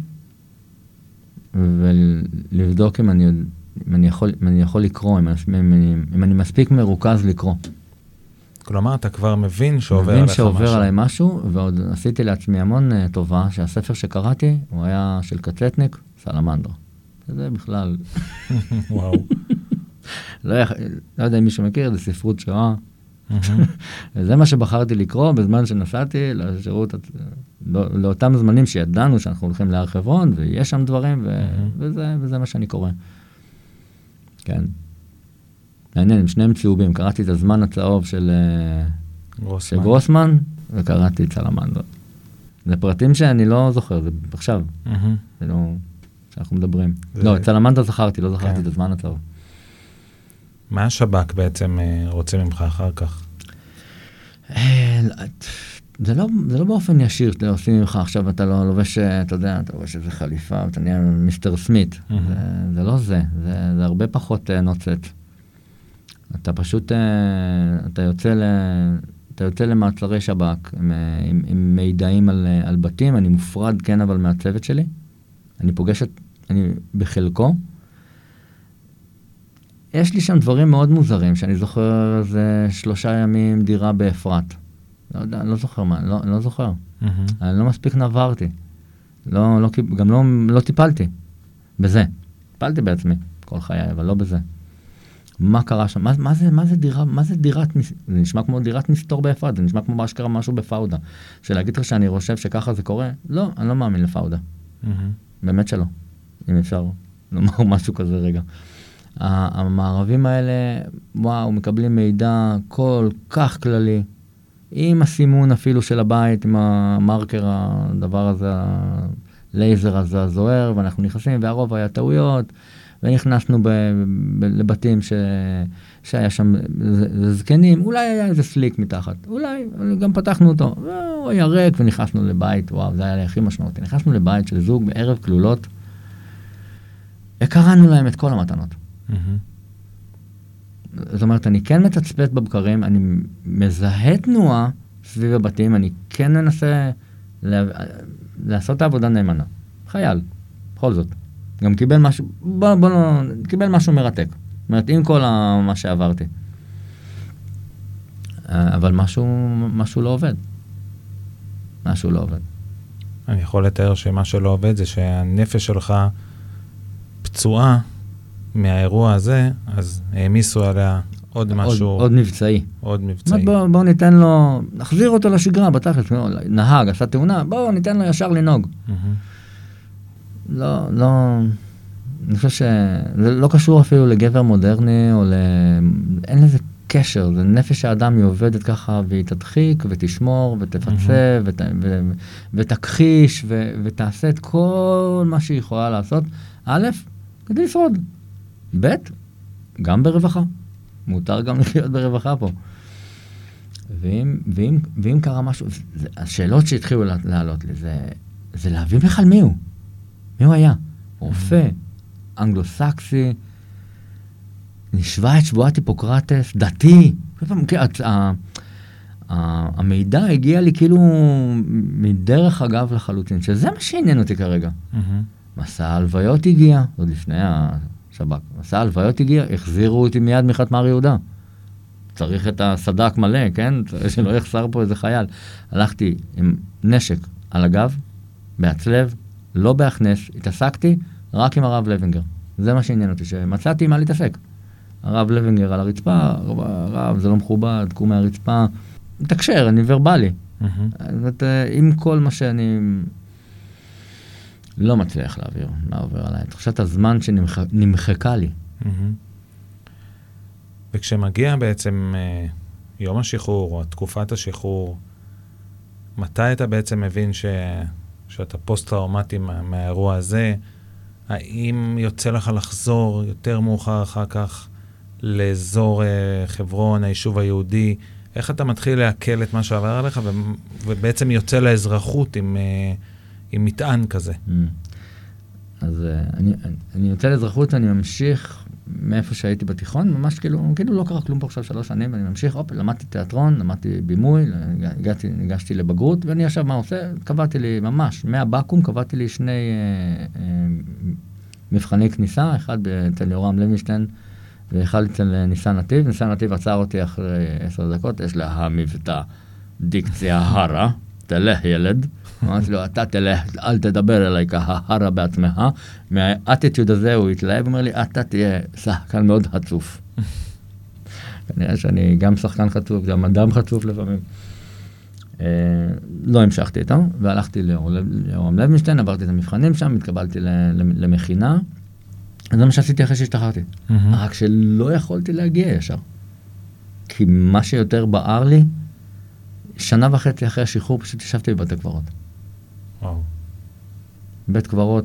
ולבדוק אם אני יכול לקרוא, אם אני מספיק מרוכז לקרוא. כלומר, אתה כבר מבין שעובר עליך משהו. מבין שעובר עליי משהו, ועוד עשיתי לעצמי המון טובה, שהספר שקראתי, הוא היה של קצטניק, סלמנדר. זה בכלל... וואו. לא יודע אם מישהו מכיר, זה ספרות שואה. זה מה שבחרתי לקרוא בזמן שנסעתי לשירות, לאותם זמנים שידענו שאנחנו הולכים להר חברון, ויש שם דברים, וזה מה שאני קורא. כן. מעניין, עם שניהם צהובים. קראתי את הזמן הצהוב של גרוסמן, וקראתי את סלמנדר. זה פרטים שאני לא זוכר, זה עכשיו. זה לא, שאנחנו מדברים. לא, אצל המנדה זכרתי, לא זכרתי את הזמן הטוב. מה השב"כ בעצם רוצה ממך אחר כך? זה לא באופן ישיר, אתה עושים ממך עכשיו, אתה לא לובש, אתה יודע, אתה לובש איזה חליפה, אתה נהיה מיסטר סמית. זה לא זה, זה הרבה פחות נוצץ. אתה פשוט, אתה יוצא למעצרי שב"כ עם מידעים על בתים, אני מופרד כן, אבל מהצוות שלי. אני פוגשת, אני בחלקו. יש לי שם דברים מאוד מוזרים, שאני זוכר איזה 3 ימים דירה באפרת. לא יודע, לא זוכר מה, לא זוכר. אני לא מספיק נברתי. גם לא טיפלתי בזה. טיפלתי בעצמי כל חיי, אבל לא בזה. מה קרה שם? מה זה דירת, זה נשמע כמו דירת מסתור באפרת, זה נשמע כמו מה שקרה משהו בפאודה. שלהגיד לך שאני חושב שככה זה קורה? לא, אני לא מאמין לפאודה. באמת שלא. אם אפשר לומר משהו כזה רגע. המערבים האלה, וואו, מקבלים מידע כל כך כללי, עם הסימון אפילו של הבית, עם המרקר, הדבר הזה, הלייזר הזה הזוהר, ואנחנו נכנסים, והרוב היה טעויות, ונכנסנו לבתים שהיה שם זקנים, אולי היה איזה סליק מתחת, אולי, גם פתחנו אותו, הוא היה ריק, ונכנסנו לבית, וואו, זה היה לי הכי משמעותי, נכנסנו לבית של זוג בערב כלולות, וקראנו להם את כל המתנות. זאת אומרת, אני כן מתצפת בבקרים, אני מזהה תנועה סביב הבתים, אני כן מנסה לעשות את העבודה נאמנה. חייל, בכל זאת. גם קיבל משהו, קיבל משהו מרתק. זאת אומרת, עם כל מה שעברתי. אבל משהו לא עובד. משהו לא עובד. אני יכול לתאר שמה שלא עובד זה שהנפש שלך פצועה מהאירוע הזה, אז העמיסו עליה עוד משהו. עוד מבצעי. עוד מבצעי. בואו ניתן לו, נחזיר אותו לשגרה, בתכלס, נהג, עשה תאונה, בואו ניתן לו ישר לנהוג. לא, אני חושב שזה לא קשור אפילו לגבר מודרני, או אין לזה קשר, זה נפש האדם, היא עובדת ככה, והיא תדחיק, ותשמור, ותפצה, ותכחיש, ותעשה את כל מה שהיא יכולה לעשות. א', כדי לשרוד. ב', גם ברווחה. מותר גם לחיות ברווחה פה. ואם קרה משהו, השאלות שהתחילו לעלות לי, זה להבין בכלל מי הוא. מי הוא היה? רופא, אנגלו-סקסי, נשבע את שבועת היפוקרטס, דתי. המידע הגיע לי כאילו מדרך אגב לחלוטין, שזה מה שעניין אותי כרגע. מסע ההלוויות הגיע, עוד לפני השב"כ, מסע ההלוויות הגיע, החזירו אותי מיד מחטמ"ר יהודה. צריך את הסדק מלא, כן? שלא יחסר פה איזה חייל. הלכתי עם נשק על הגב, בהצלב, לא בהכנס, התעסקתי רק עם הרב לוינגר. זה מה שעניין אותי, שמצאתי מה להתעסק. הרב לוינגר על הרצפה, הרב, זה לא מכובד, קום מהרצפה, תקשר, אני ורבלי. עם כל מה שאני לא מצליח להעביר, מה עובר עליי. תחושת הזמן שנמחקה לי. וכשמגיע בעצם יום השחרור, או תקופת השחרור, מתי אתה בעצם מבין שאתה פוסט-טראומטי מהאירוע הזה? האם יוצא לך לחזור יותר מאוחר אחר כך לאזור חברון, היישוב היהודי? איך אתה מתחיל להקל את מה שעבר עליך, ובעצם יוצא לאזרחות עם מטען כזה? אז אני יוצא לאזרחות ואני ממשיך מאיפה שהייתי בתיכון, ממש כאילו לא קרה כלום פה עכשיו 3 שנים, ואני ממשיך, למדתי תיאטרון, למדתי בימוי, ניגשתי לבגרות, ואני עכשיו מה עושה? קבעתי לי ממש, מהבקום קבעתי לי 2 מבחני כניסה, אחד אצל יורם לוינשטיין, ואחד אצל ניסן נתיב. ניסן נתיב עצר אותי אחרי 10 דקות, יש לה המבטא דיקציה הרה, תלך ילד. אמרתי לו, אתה תלך, אל תדבר אליי ככה, הרה בעצמך. מהאטיטיוד הזה הוא התלהב, אומר לי, אתה תהיה שחקן מאוד חצוף. כנראה שאני גם שחקן חצוף, גם אדם חצוף לפעמים. לא המשכתי איתו, והלכתי ליורם לוינשטיין, עברתי את המבחנים שם, התקבלתי למכינה. זה מה שעשיתי אחרי שהשתחררתי. רק שלא יכולתי להגיע ישר. כי מה שיותר בער לי, 1.5 שנה אחרי השחרור פשוט ישבתי בבתי קברות. וואו. בית קברות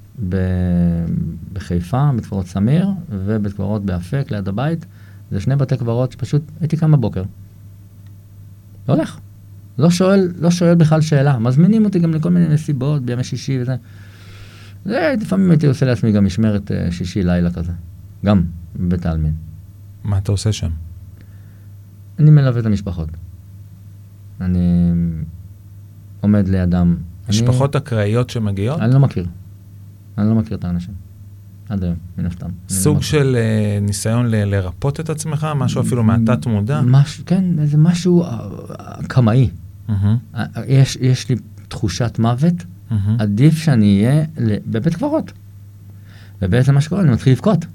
בחיפה, בית קברות סמיר, ובית קברות באפק ליד הבית. זה 2 בתי קברות שפשוט הייתי קם בבוקר. לא הולך. לא שואל בכלל שאלה. מזמינים אותי גם לכל מיני נסיבות, בימי שישי וזה. זה, לפעמים הייתי עושה לעצמי גם משמרת שישי לילה כזה. גם בבית העלמין. מה אתה עושה שם? אני מלווה את המשפחות. אני עומד לידם. משפחות אקראיות שמגיעות? אני לא מכיר. אני לא מכיר את האנשים. עד היום, מן הסתם. סוג של ניסיון לרפות את עצמך? משהו אפילו מהתת מודע? כן, זה משהו קמאי. יש לי תחושת מוות, עדיף שאני אהיה בבית קברות. ובעצם מה שקורה, אני מתחיל לבכות.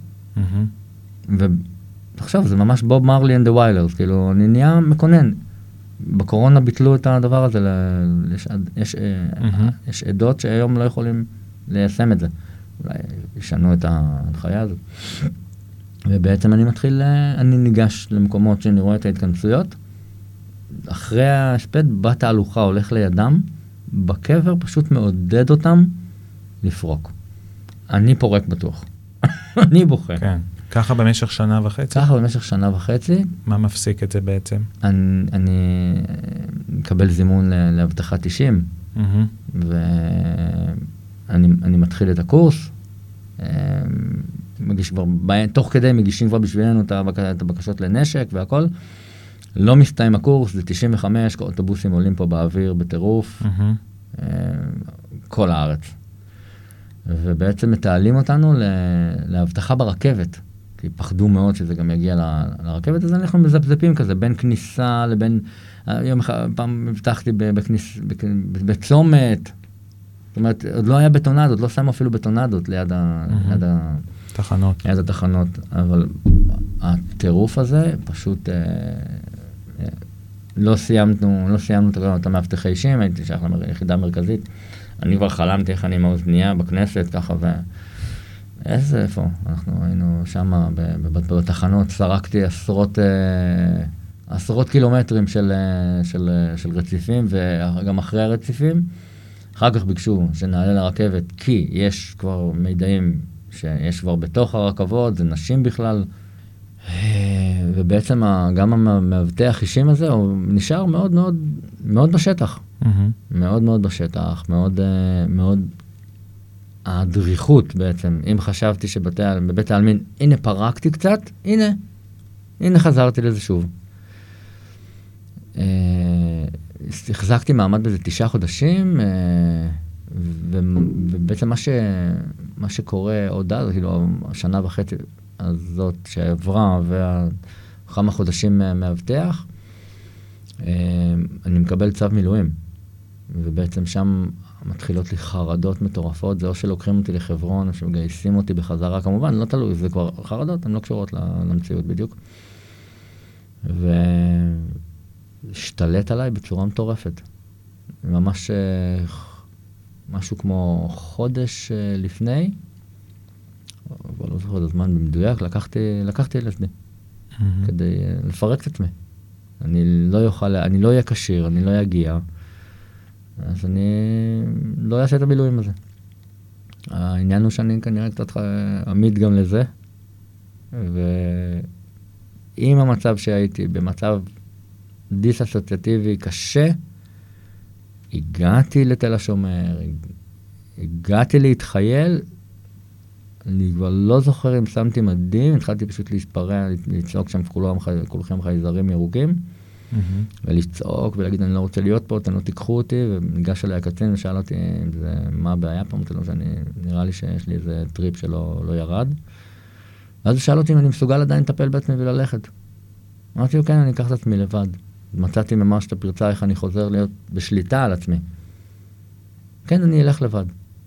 ותחשוב, זה ממש בוב מרלי and the Wailers, כאילו, אני נהיה מקונן. בקורונה ביטלו את הדבר הזה, יש עדות שהיום לא יכולים ליישם את זה. אולי ישנו את ההנחיה הזאת. ובעצם אני ניגש למקומות שאני רואה את ההתכנסויות, אחרי ההספד, בתהלוכה הולך לידם, בקבר פשוט מעודד אותם לפרוק. אני פורק בטוח. אני בוכה. כן. ככה במשך 1.5 שנה? ככה במשך 1.5 שנה. מה מפסיק את זה בעצם? אני מקבל זימון להבטחת 90, ואני מתחיל את הקורס, תוך כדי מגישים כבר בשבילנו את הבקשות לנשק והכל, לא מסתיים הקורס, זה 95, אוטובוסים עולים פה באוויר בטירוף, כל הארץ. ובעצם מתעלים אותנו להבטחה ברכבת, כי פחדו מאוד שזה גם יגיע לרכבת, אז אנחנו מזפזפים כזה, בין כניסה לבין, יום אחד, פעם הבטחתי בצומת, זאת אומרת, עוד לא היה בטונדות, לא שמו אפילו בטונדות ליד התחנות, אבל הטירוף הזה פשוט לא סיימנו את המאבטחי אישים, הייתי שייך ליחידה המרכזית, אני כבר חלמתי איך אני עם האוזנייה בכנסת, ככה איפה? אנחנו היינו שם בתחנות, סרקתי עשרות קילומטרים של רציפים, וגם אחרי הרציפים, אחר כך ביקשו שנעלה לרכבת, כי יש כבר מידעים שיש כבר בתוך הרכבות, זה נשים בכלל, ובעצם גם המאבטח אישים הזה, הוא נשאר מאוד מאוד, מאוד בשטח. מאוד מאוד בשטח, מאוד הדריכות בעצם. אם חשבתי שבבית העלמין, הנה פרקתי קצת, הנה חזרתי לזה שוב. החזקתי מעמד בזה 9 חודשים, ובעצם מה שקורה עוד אז, כאילו 1.5 שנה הזאת שעברה, וכמה חודשים מאבטח, אני מקבל צו מילואים, ובעצם שם מתחילות לי חרדות מטורפות, זה או שלוקחים אותי לחברון, או שמגייסים אותי בחזרה, כמובן, לא תלוי, זה כבר חרדות, הן לא קשורות למציאות בדיוק. והשתלט עליי בצורה מטורפת. ממש משהו כמו חודש לפני, אבל לא זוכר את הזמן במדויק, לקחתי LSD, כדי לפרק את עצמי. אני לא אהיה קשיר, אני לא אגיע, אז אני לא אעשה את המילואים הזה. העניין הוא שאני כנראה קצת עמיד גם לזה, ועם המצב שהייתי, במצב דיס-אסוציאטיבי קשה, הגעתי לתל השומר, הגעתי להתחייל, אני כבר לא זוכר אם שמתי מדים, התחלתי פשוט להספרע, לצעוק שם כולכם חייזרים ירוקים, ולצעוק ולהגיד, אני לא רוצה להיות פה, אתם לא תיקחו אותי, וניגש עליי הקצין ושאל אותי מה הבעיה פה, נראה לי שיש לי איזה טריפ שלא ירד. ואז הוא שאל אותי אם אני מסוגל עדיין לטפל בעצמי וללכת. אמרתי לו, כן, אני אקח את עצמי לבד. מצאתי ממש את הפרצה איך אני חוזר להיות בשליטה על עצמי. כן, אני אלך לבד.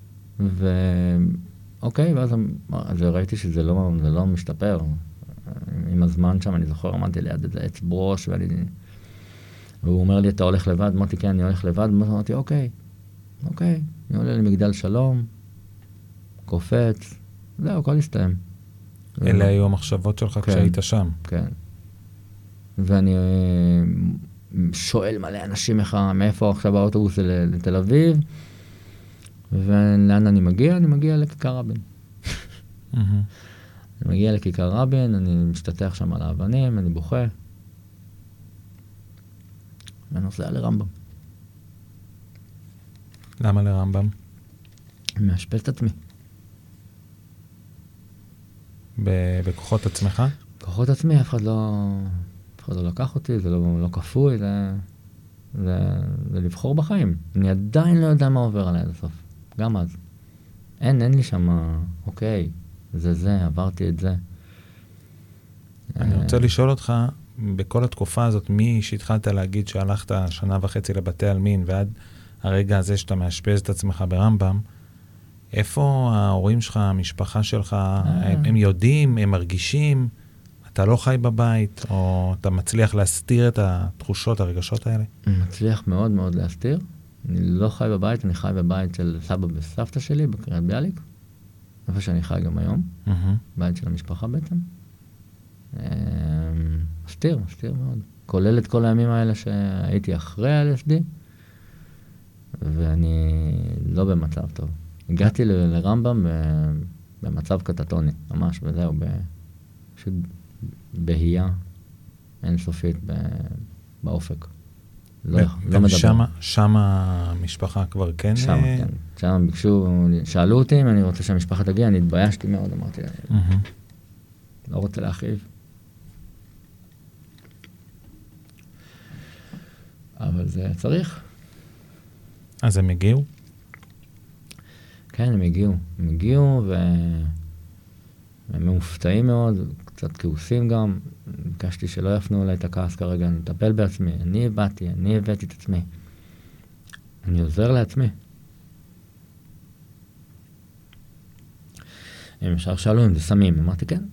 אוקיי, ואז ראיתי שזה לא משתפר. עם הזמן שם, אני זוכר, עמדתי ליד איזה עץ ברוש, והוא אומר לי, אתה הולך לבד? אמרתי, כן, אני הולך לבד. אמרתי, אוקיי, אני עולה למגדל שלום, קופץ, זהו, הכל הסתיים. אלה היו המחשבות שלך כשהיית שם. כן. ואני שואל מלא אנשים מאיפה עכשיו האוטובוס לתל אביב, ולאן אני מגיע? אני מגיע לכיכר רבין. אני מגיע לכיכר רבין, אני משתתח שם על האבנים, אני בוכה. ואני נוסע לרמב"ם. למה לרמב"ם? אני מאשפז את עצמי. בכוחות עצמך? בכוחות עצמי, אף אחד לא לקח אותי, זה לא כפוי, זה לבחור בחיים. אני עדיין לא יודע מה עובר עליי עד הסוף. גם אז. אין לי שם, אוקיי, זה, עברתי את זה. אני רוצה לשאול אותך, בכל התקופה הזאת, מי שהתחלת להגיד שהלכת 1.5 שנה לבתי עלמין, ועד הרגע הזה שאתה מאשפז את עצמך ברמב"ם, איפה ההורים שלך, המשפחה שלך, הם יודעים, הם מרגישים, אתה לא חי בבית, או אתה מצליח להסתיר את התחושות, הרגשות האלה? אני מצליח מאוד מאוד להסתיר. אני לא חי בבית, אני חי בבית של סבא וסבתא שלי, בקריית ביאליק. איפה שאני חי גם היום. בית של המשפחה בעצם. מסתיר מאוד. כולל את כל הימים האלה שהייתי אחרי ה-LSD, ואני לא במצב טוב. הגעתי לרמב"ם במצב קטטוני, ממש, וזהו, פשוט בהייה אינסופית באופק. לא מדבר. שם המשפחה כבר כן? שם, כן. שם ביקשו, שאלו אותי אם אני רוצה שהמשפחה תגיע, אני התביישתי מאוד, אמרתי, לא רוצה להכאיב. אבל זה צריך. אז הם הגיעו? כן, הם הגיעו והם מופתעים מאוד, קצת כעוסים גם. ביקשתי שלא יפנו אליי את הכעס כרגע, אני אטפל בעצמי, אני הבאתי את עצמי. אני עוזר לעצמי. הם ישר שאלו אם זה סמים, אמרתי כן.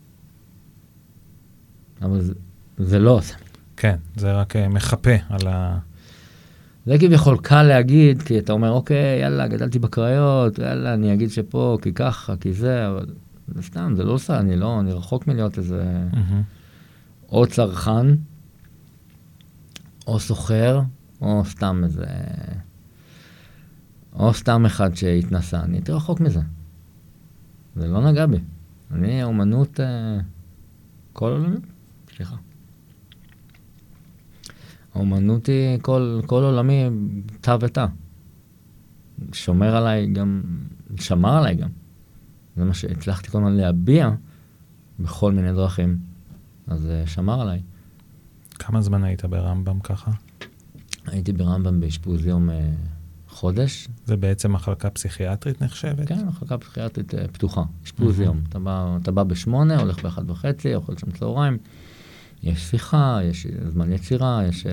אבל זה לא סמים. כן, זה רק מחפה על ה... זה כביכול קל להגיד, כי אתה אומר, אוקיי, יאללה, גדלתי בקריות, יאללה, אני אגיד שפה, כי ככה, כי זה, אבל זה סתם, זה לא עושה, אני רחוק מלהיות איזה... או צרכן, או סוחר, או סתם איזה... או סתם אחד שהתנסה, אני הייתי רחוק מזה. זה לא נגע בי. אני אומנות כל עולמי, סליחה. האומנות היא כל עולמי תא ותא. שמר עליי גם. זה מה שהצלחתי כל הזמן להביע בכל מיני דרכים. אז שמר עליי. כמה זמן היית ברמב"ם ככה? הייתי ברמב"ם באשפוז יום חודש. זה בעצם מחלקה פסיכיאטרית נחשבת? כן, מחלקה פסיכיאטרית פתוחה. אשפוז יום. אתה בא ב8, הולך ב1:30, אוכל שם צהריים. יש שיחה, יש זמן יצירה, יש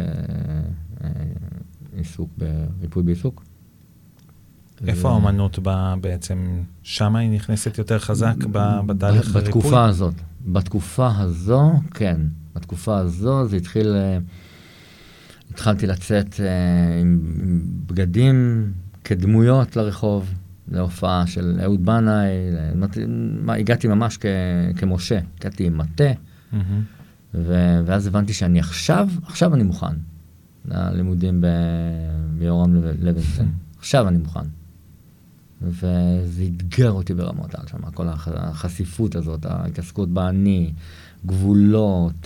עיסוק בריפוי בעיסוק. איפה האומנות באה בעצם? שמה היא נכנסת יותר חזק בתהליך הריפוי? בתקופה הזאת. בתקופה הזו, כן. בתקופה הזו זה התחלתי לצאת עם בגדים כדמויות לרחוב, להופעה של אהוד בנאי, הגעתי ממש כמשה, הגעתי עם מטה, ואז הבנתי שאני עכשיו אני מוכן. ללימודים ביורם לוינסטיין. עכשיו אני מוכן. וזה התגר אותי ברמות על שם, כל החשיפות הזאת, ההתעסקות באני, גבולות,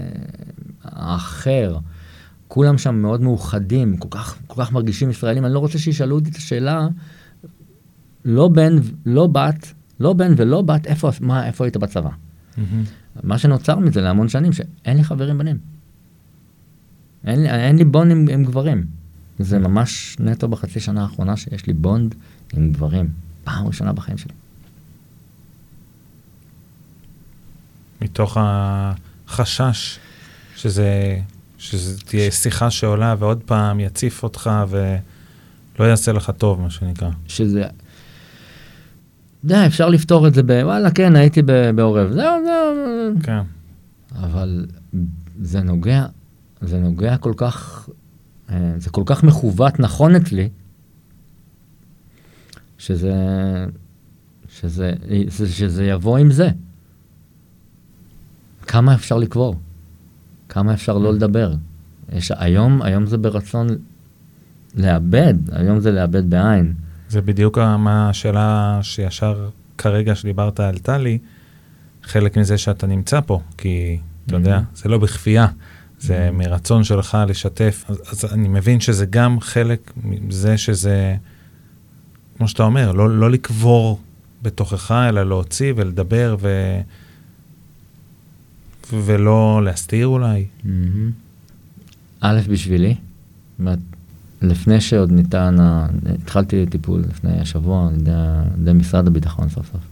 האחר, כולם שם מאוד מאוחדים, כל כך מרגישים ישראלים. אני לא רוצה שישאלו אותי את השאלה, לא בן ולא בת, איפה היית בצבא? מה שנוצר מזה להמון שנים, שאין לי חברים בנים. אין לי בונד עם גברים. זה ממש נטו בחצי שנה האחרונה שיש לי בונד עם גברים. פעם ראשונה בחיים שלי. מתוך החשש שזה תהיה שיחה שעולה ועוד פעם יציף אותך ולא יעשה לך טוב, מה שנקרא. אפשר לפתור את זה וואלה, כן, הייתי בעורב. זהו. כן. אבל זה נוגע כל כך, זה כל כך מכוות נכון אצלי, שזה יבוא עם זה. כמה אפשר לקבור? כמה אפשר לא לדבר? היום זה ברצון לאבד, היום זה לאבד בעין. זה בדיוק השאלה שישר כרגע שדיברת על טלי, חלק מזה שאתה נמצא פה, כי אתה יודע, זה לא בכפייה, זה מרצון שלך לשתף. אז אני מבין שזה גם חלק מזה שזה, כמו שאתה אומר, לא לקבור בתוכך, אלא להוציא ולדבר ולא להסתיר אולי. א', בשבילי, לפני שעוד ניתן, התחלתי טיפול לפני שבוע, די משרד הביטחון סוף סוף.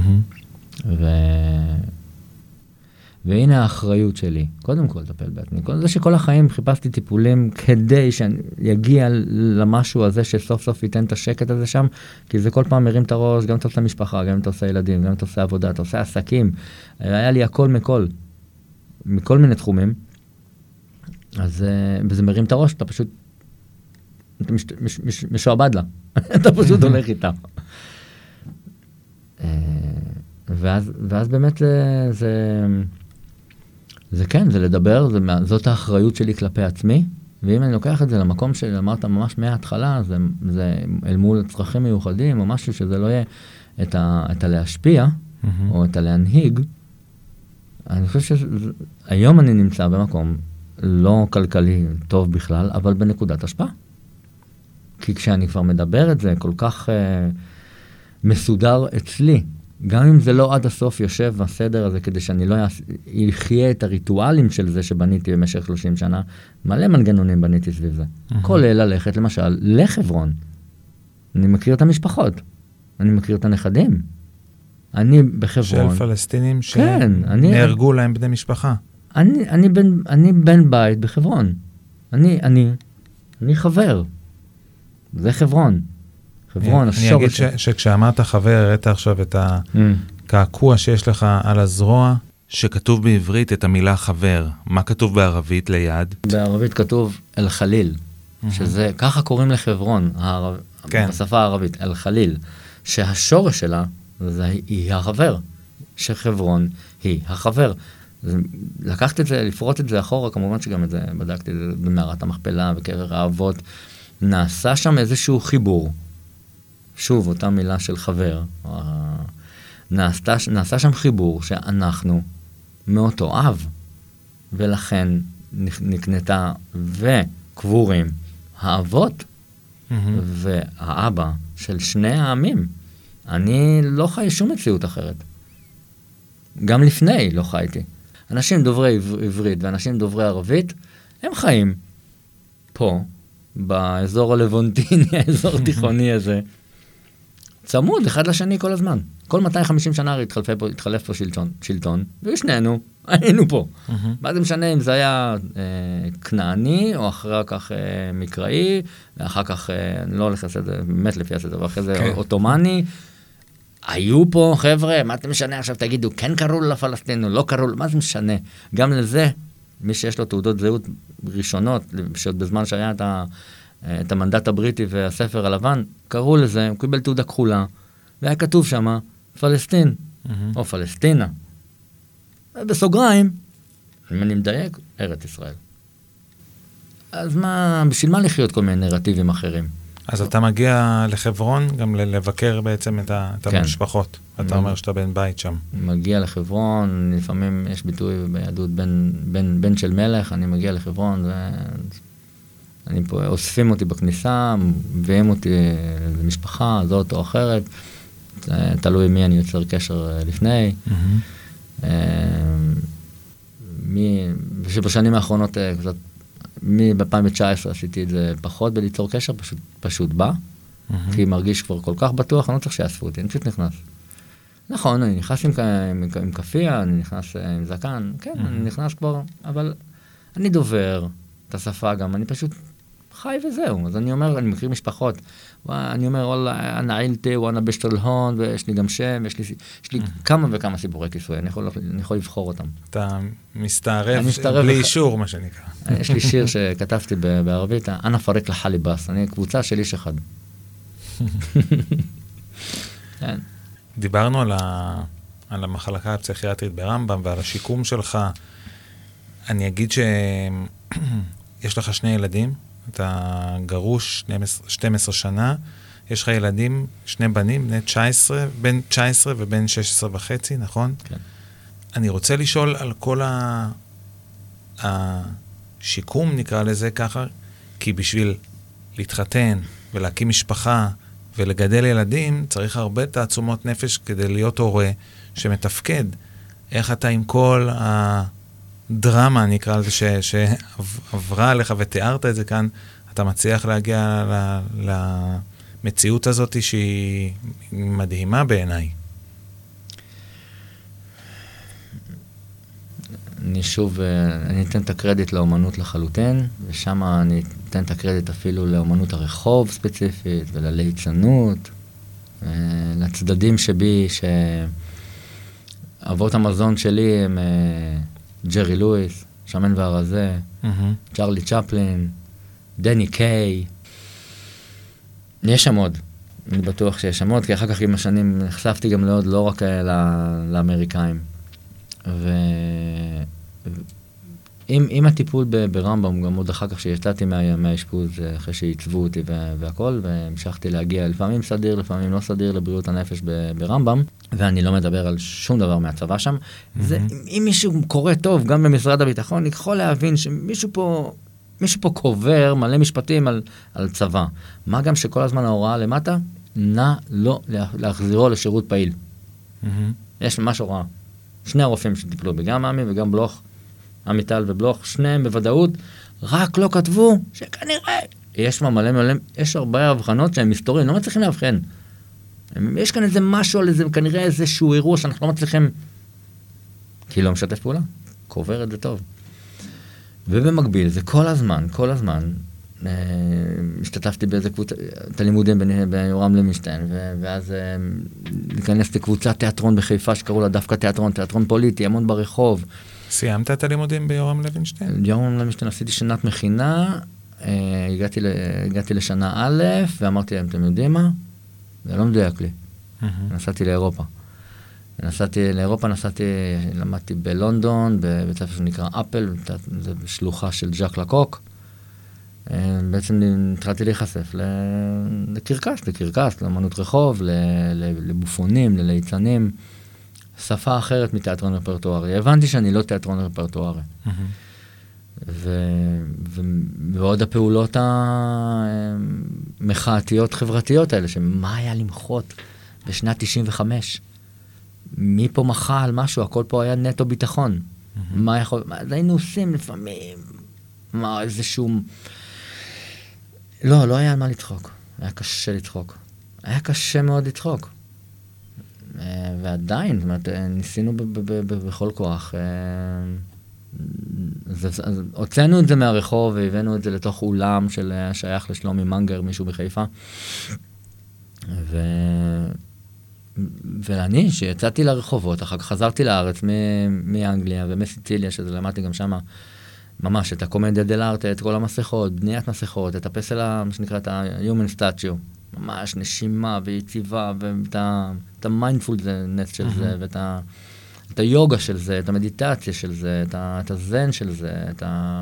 והנה האחריות שלי, קודם כל לטפל בעצמי. זה שכל החיים חיפשתי טיפולים כדי שיגיע למשהו הזה שסוף סוף ייתן את השקט הזה שם, כי זה כל פעם מרים את הראש, גם אתה עושה משפחה, גם אתה עושה ילדים, גם אתה עושה עבודה, אתה עושה עסקים. היה לי הכל מכל מיני תחומים. אז וזה מרים את הראש, אתה פשוט משועבד לה. אתה פשוט הולך איתה. ואז באמת זה כן, זה לדבר, זאת האחריות שלי כלפי עצמי, ואם אני לוקח את זה למקום שאמרת ממש מההתחלה, זה אל מול צרכים מיוחדים, או משהו שזה לא יהיה את הלהשפיע, או את הלהנהיג, אני חושב שהיום אני נמצא במקום לא כלכלי טוב בכלל, אבל בנקודת השפעה. כי כשאני כבר מדבר את זה כל כך מסודר אצלי, גם אם זה לא עד הסוף יושב בסדר הזה, כדי שאני לא אחיה את הריטואלים של זה שבניתי במשך 30 שנה, מלא מנגנונים בניתי סביב זה. כולל ללכת, למשל, לחברון. אני מכיר את המשפחות, אני מכיר את הנכדים. אני בחברון. של פלסטינים שנהרגו להם בני משפחה. אני בן בית בחברון. אני חבר. זה חברון. חברון, אני אגיד שכשאמרת חבר, הראית עכשיו את הקעקוע שיש לך על הזרוע, שכתוב בעברית את המילה חבר. מה כתוב בערבית ליד? בערבית כתוב אל-חליל, שזה, ככה קוראים לחברון, בשפה הערבית, אל-חליל, שהשורש שלה היא החבר, שחברון היא החבר. לקחת את זה, לפרוט את זה אחורה, כמובן שגם את זה בדקתי במערת המכפלה וקרר האבות, נעשה שם איזשהו חיבור, שוב, אותה מילה של חבר, נעשה שם חיבור שאנחנו מאותו אב, ולכן נקנתה וקבורים האבות והאבא של שני העמים. אני לא חי שום מציאות אחרת. גם לפני לא חייתי. אנשים דוברי עברית ואנשים דוברי ערבית, הם חיים פה, באזור הלוונטיני, האזור תיכוני הזה, צמוד אחד לשני כל הזמן. כל 250 שנה התחלף פה שלטון, ושנינו היינו פה. מה זה משנה אם זה היה כנעני, או אחר כך מקראי, ואחר כך, אני לא הולך לעשות את זה, באמת לפי הסדר, ואחרי זה אוטומני. היו פה חבר'ה, מה זה משנה עכשיו תגידו, כן קראו לפלסטין, או לא קראו, מה זה משנה? גם לזה, מי שיש לו תעודות זהות ראשונות, שעוד בזמן שהיה את המנדט הבריטי והספר הלבן, קראו לזה, הוא קיבל תעודה כחולה, והיה כתוב שמה, פלסטין, או פלסטינה. בסוגריים, אם אני מדייק, ארץ ישראל. אז מה, בשביל מה לחיות כל מיני נרטיבים אחרים? אז אתה מגיע לחברון, גם לבקר בעצם את המשפחות. אתה אומר שאתה בן בית שם. מגיע לחברון, לפעמים יש ביטוי ביהדות בן של מלך, אני מגיע לחברון, אני פה, אוספים אותי בכניסה, מביאים אותי למשפחה, זאת או אחרת, תלוי מי אני יוצר קשר לפני. שבשנים האחרונות, ב-2019 עשיתי את זה פחות בליצור קשר, פשוט בא, כי מרגיש כבר כל כך בטוח, אני לא צריך שיאספו אותי, אני פשוט נכנס. נכון, אני נכנס עם כפייה, אני נכנס עם זקן, כן, אני נכנס כבר, אבל אני דובר את השפה גם, אני פשוט חי וזהו. אז אני אומר, אני מכיר משפחות, אני אומר, וואלה, אני עילתי, ואנה בשטל הון, ויש לי גם שם, יש לי כמה וכמה סיפורי כיסוי, אני יכול לבחור אותם. אתה מסתערב בלי אישור, מה שנקרא. יש לי שיר שכתבתי בערבית, אנה פרק לחליבס, אני קבוצה של איש אחד. דיברנו על המחלקה הפסיכיאטרית ברמב"ם ועל השיקום שלך. אני אגיד שיש לך 2 ילדים, אתה גרוש 12 שנה, יש לך ילדים, 2 בנים, בן 19 ובן 16 וחצי, נכון? כן. אני רוצה לשאול על כל השיקום, נקרא לזה ככה, כי בשביל להתחתן ולהקים משפחה ולגדל ילדים, צריך הרבה תעצומות נפש כדי להיות הורה שמתפקד. איך אתה עם כל הדרמה, נקרא לזה, שעברה עליך ותיארת את זה כאן, אתה מצליח להגיע למציאות הזאת שהיא מדהימה בעיניי. אני אתן את הקרדיט לאומנות לחלוטין, ושם אני אתן את הקרדיט אפילו לאומנות הרחוב ספציפית, ולליצנות, לצדדים שבי, אבות המזון שלי הם ג'רי לואיס, שמן והרזה, צ'רלי צ'פלין, דני קיי. יש שם עוד, אני בטוח שיש שם עוד, כי אחר כך עם השנים נחשפתי גם לעוד, לא רק לאמריקאים. עם הטיפול ברמב"ם, גם עוד אחר כך שיצאתי מהאשפוז, אחרי שעיצבו אותי והכל, והמשכתי להגיע לפעמים סדיר, לפעמים לא סדיר לבריאות הנפש ברמב"ם, ואני לא מדבר על שום דבר מהצבא שם. אם מישהו קורא טוב, גם במשרד הביטחון, יכול להבין שמישהו פה קובר מלא משפטים על צבא. מה גם שכל הזמן ההוראה למטה, נא לא להחזירו לשירות פעיל. יש ממש הוראה. 2 הרופאים שטיפלו גם עמי וגם בלוך, עמיטל ובלוך, שניהם בוודאות, רק לא כתבו שכנראה, יש מלא, יש הרבה הבחנות שהם היסטוריים, לא מצליחים להבחן. יש כאן איזה משהו, כנראה איזשהו אירוע שאנחנו לא מצליחים, כי לא משתף פעולה, קובר את זה טוב. ובמקביל, זה כל הזמן, השתתפתי באיזה קבוצה, את הלימודים ביורם לוינשטיין, ואז ניכנס לקבוצת תיאטרון בחיפה שקראו לה דווקא תיאטרון פוליטי, המון ברחוב. סיימת את הלימודים ביורם לוינשטיין? יורם לוינשטיין עשיתי שנת מכינה, הגעתי לשנה א', ואמרתי להם, אתם יודעים מה? זה לא מדויק לי. נסעתי לאירופה. למדתי בלונדון, בבית ספר שנקרא אפל, זה שלוחה של ז'אק לקוק. בעצם התחלתי להיחשף לקרקס, לאמנות רחוב, לבופונים, לליצנים, שפה אחרת מתיאטרון רפרטוארי. הבנתי שאני לא תיאטרון רפרטוארי. ועוד הפעולות המחאתיות חברתיות האלה, שמה היה למחות בשנת 95? מי פה מחה על משהו? הכל פה היה נטו ביטחון. מה יכול... אז היינו עושים לפעמים... איזשהו... לא היה על מה לצחוק. היה קשה לצחוק. היה קשה מאוד לצחוק. ועדיין, זאת אומרת, ניסינו בכל כוח. הוצאנו את זה מהרחוב והבאנו את זה לתוך אולם של שייך לשלומי מנגר, מישהו בחיפה. ואני, שיצאתי לרחובות, אחר כך חזרתי לארץ מאנגליה ומסיציליה, שזה למדתי גם שם, ממש, את הקומדיה דל ארטה, את כל המסכות, בניית מסכות, את הפסל, מה שנקרא, את ה-human statue, ממש נשימה ויציבה, ואת המיינדפולנס של זה, ואת היוגה של זה, את המדיטציה של זה, את הזן של זה, את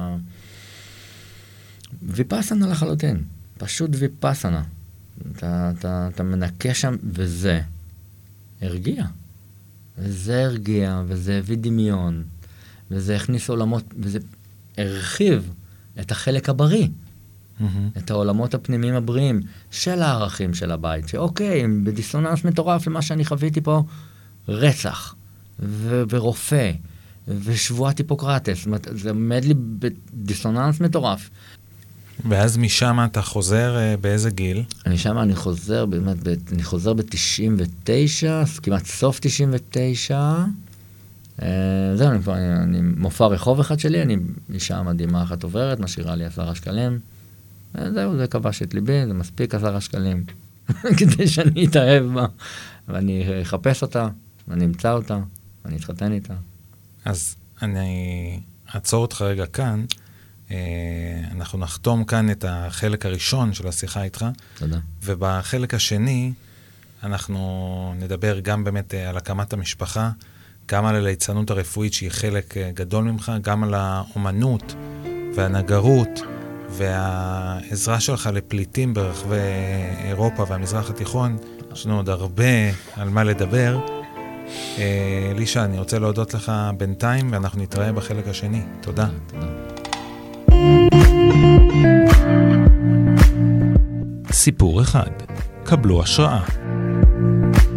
ויפאסנה לחלוטין, פשוט ויפאסנה. אתה מנקה שם, וזה הרגיע. וזה הרגיע, וזה הביא דמיון, וזה הכניס עולמות, וזה הרחיב את החלק הבריא, את העולמות הפנימיים הבריאים של הערכים של הבית, שאוקיי, הם בדיסוננס מטורף למה שאני חוויתי פה, רצח, ורופא, ושבועת היפוקרטס, זאת אומרת, זה עומד לי בדיסוננס מטורף. ואז משם אתה חוזר באיזה גיל? אני חוזר, באמת, אני חוזר ב-99, כמעט סוף 99, זהו, אני מופע רחוב אחד שלי, אני אישה מדהימה אחת עוברת, משאירה לי 10 שקלים, זהו, זה כבש את ליבי, זה מספיק 10 שקלים, כדי שאני אתאהב בה, ואני אחפש אותה, ואני אמצא אותה, ואני אתחתן איתה. אז אני אעצור אותך רגע כאן, אנחנו נחתום כאן את החלק הראשון של השיחה איתך, תודה. ובחלק השני אנחנו נדבר גם באמת על הקמת המשפחה, גם על הליצנות הרפואית שהיא חלק גדול ממך, גם על האומנות והנגרות והעזרה שלך לפליטים ברחבי אירופה והמזרח התיכון, יש לנו עוד הרבה על מה לדבר. לישה, אני רוצה להודות לך בינתיים, ואנחנו נתראה בחלק השני. תודה. תודה. סיפור אחד, קבלו השראה.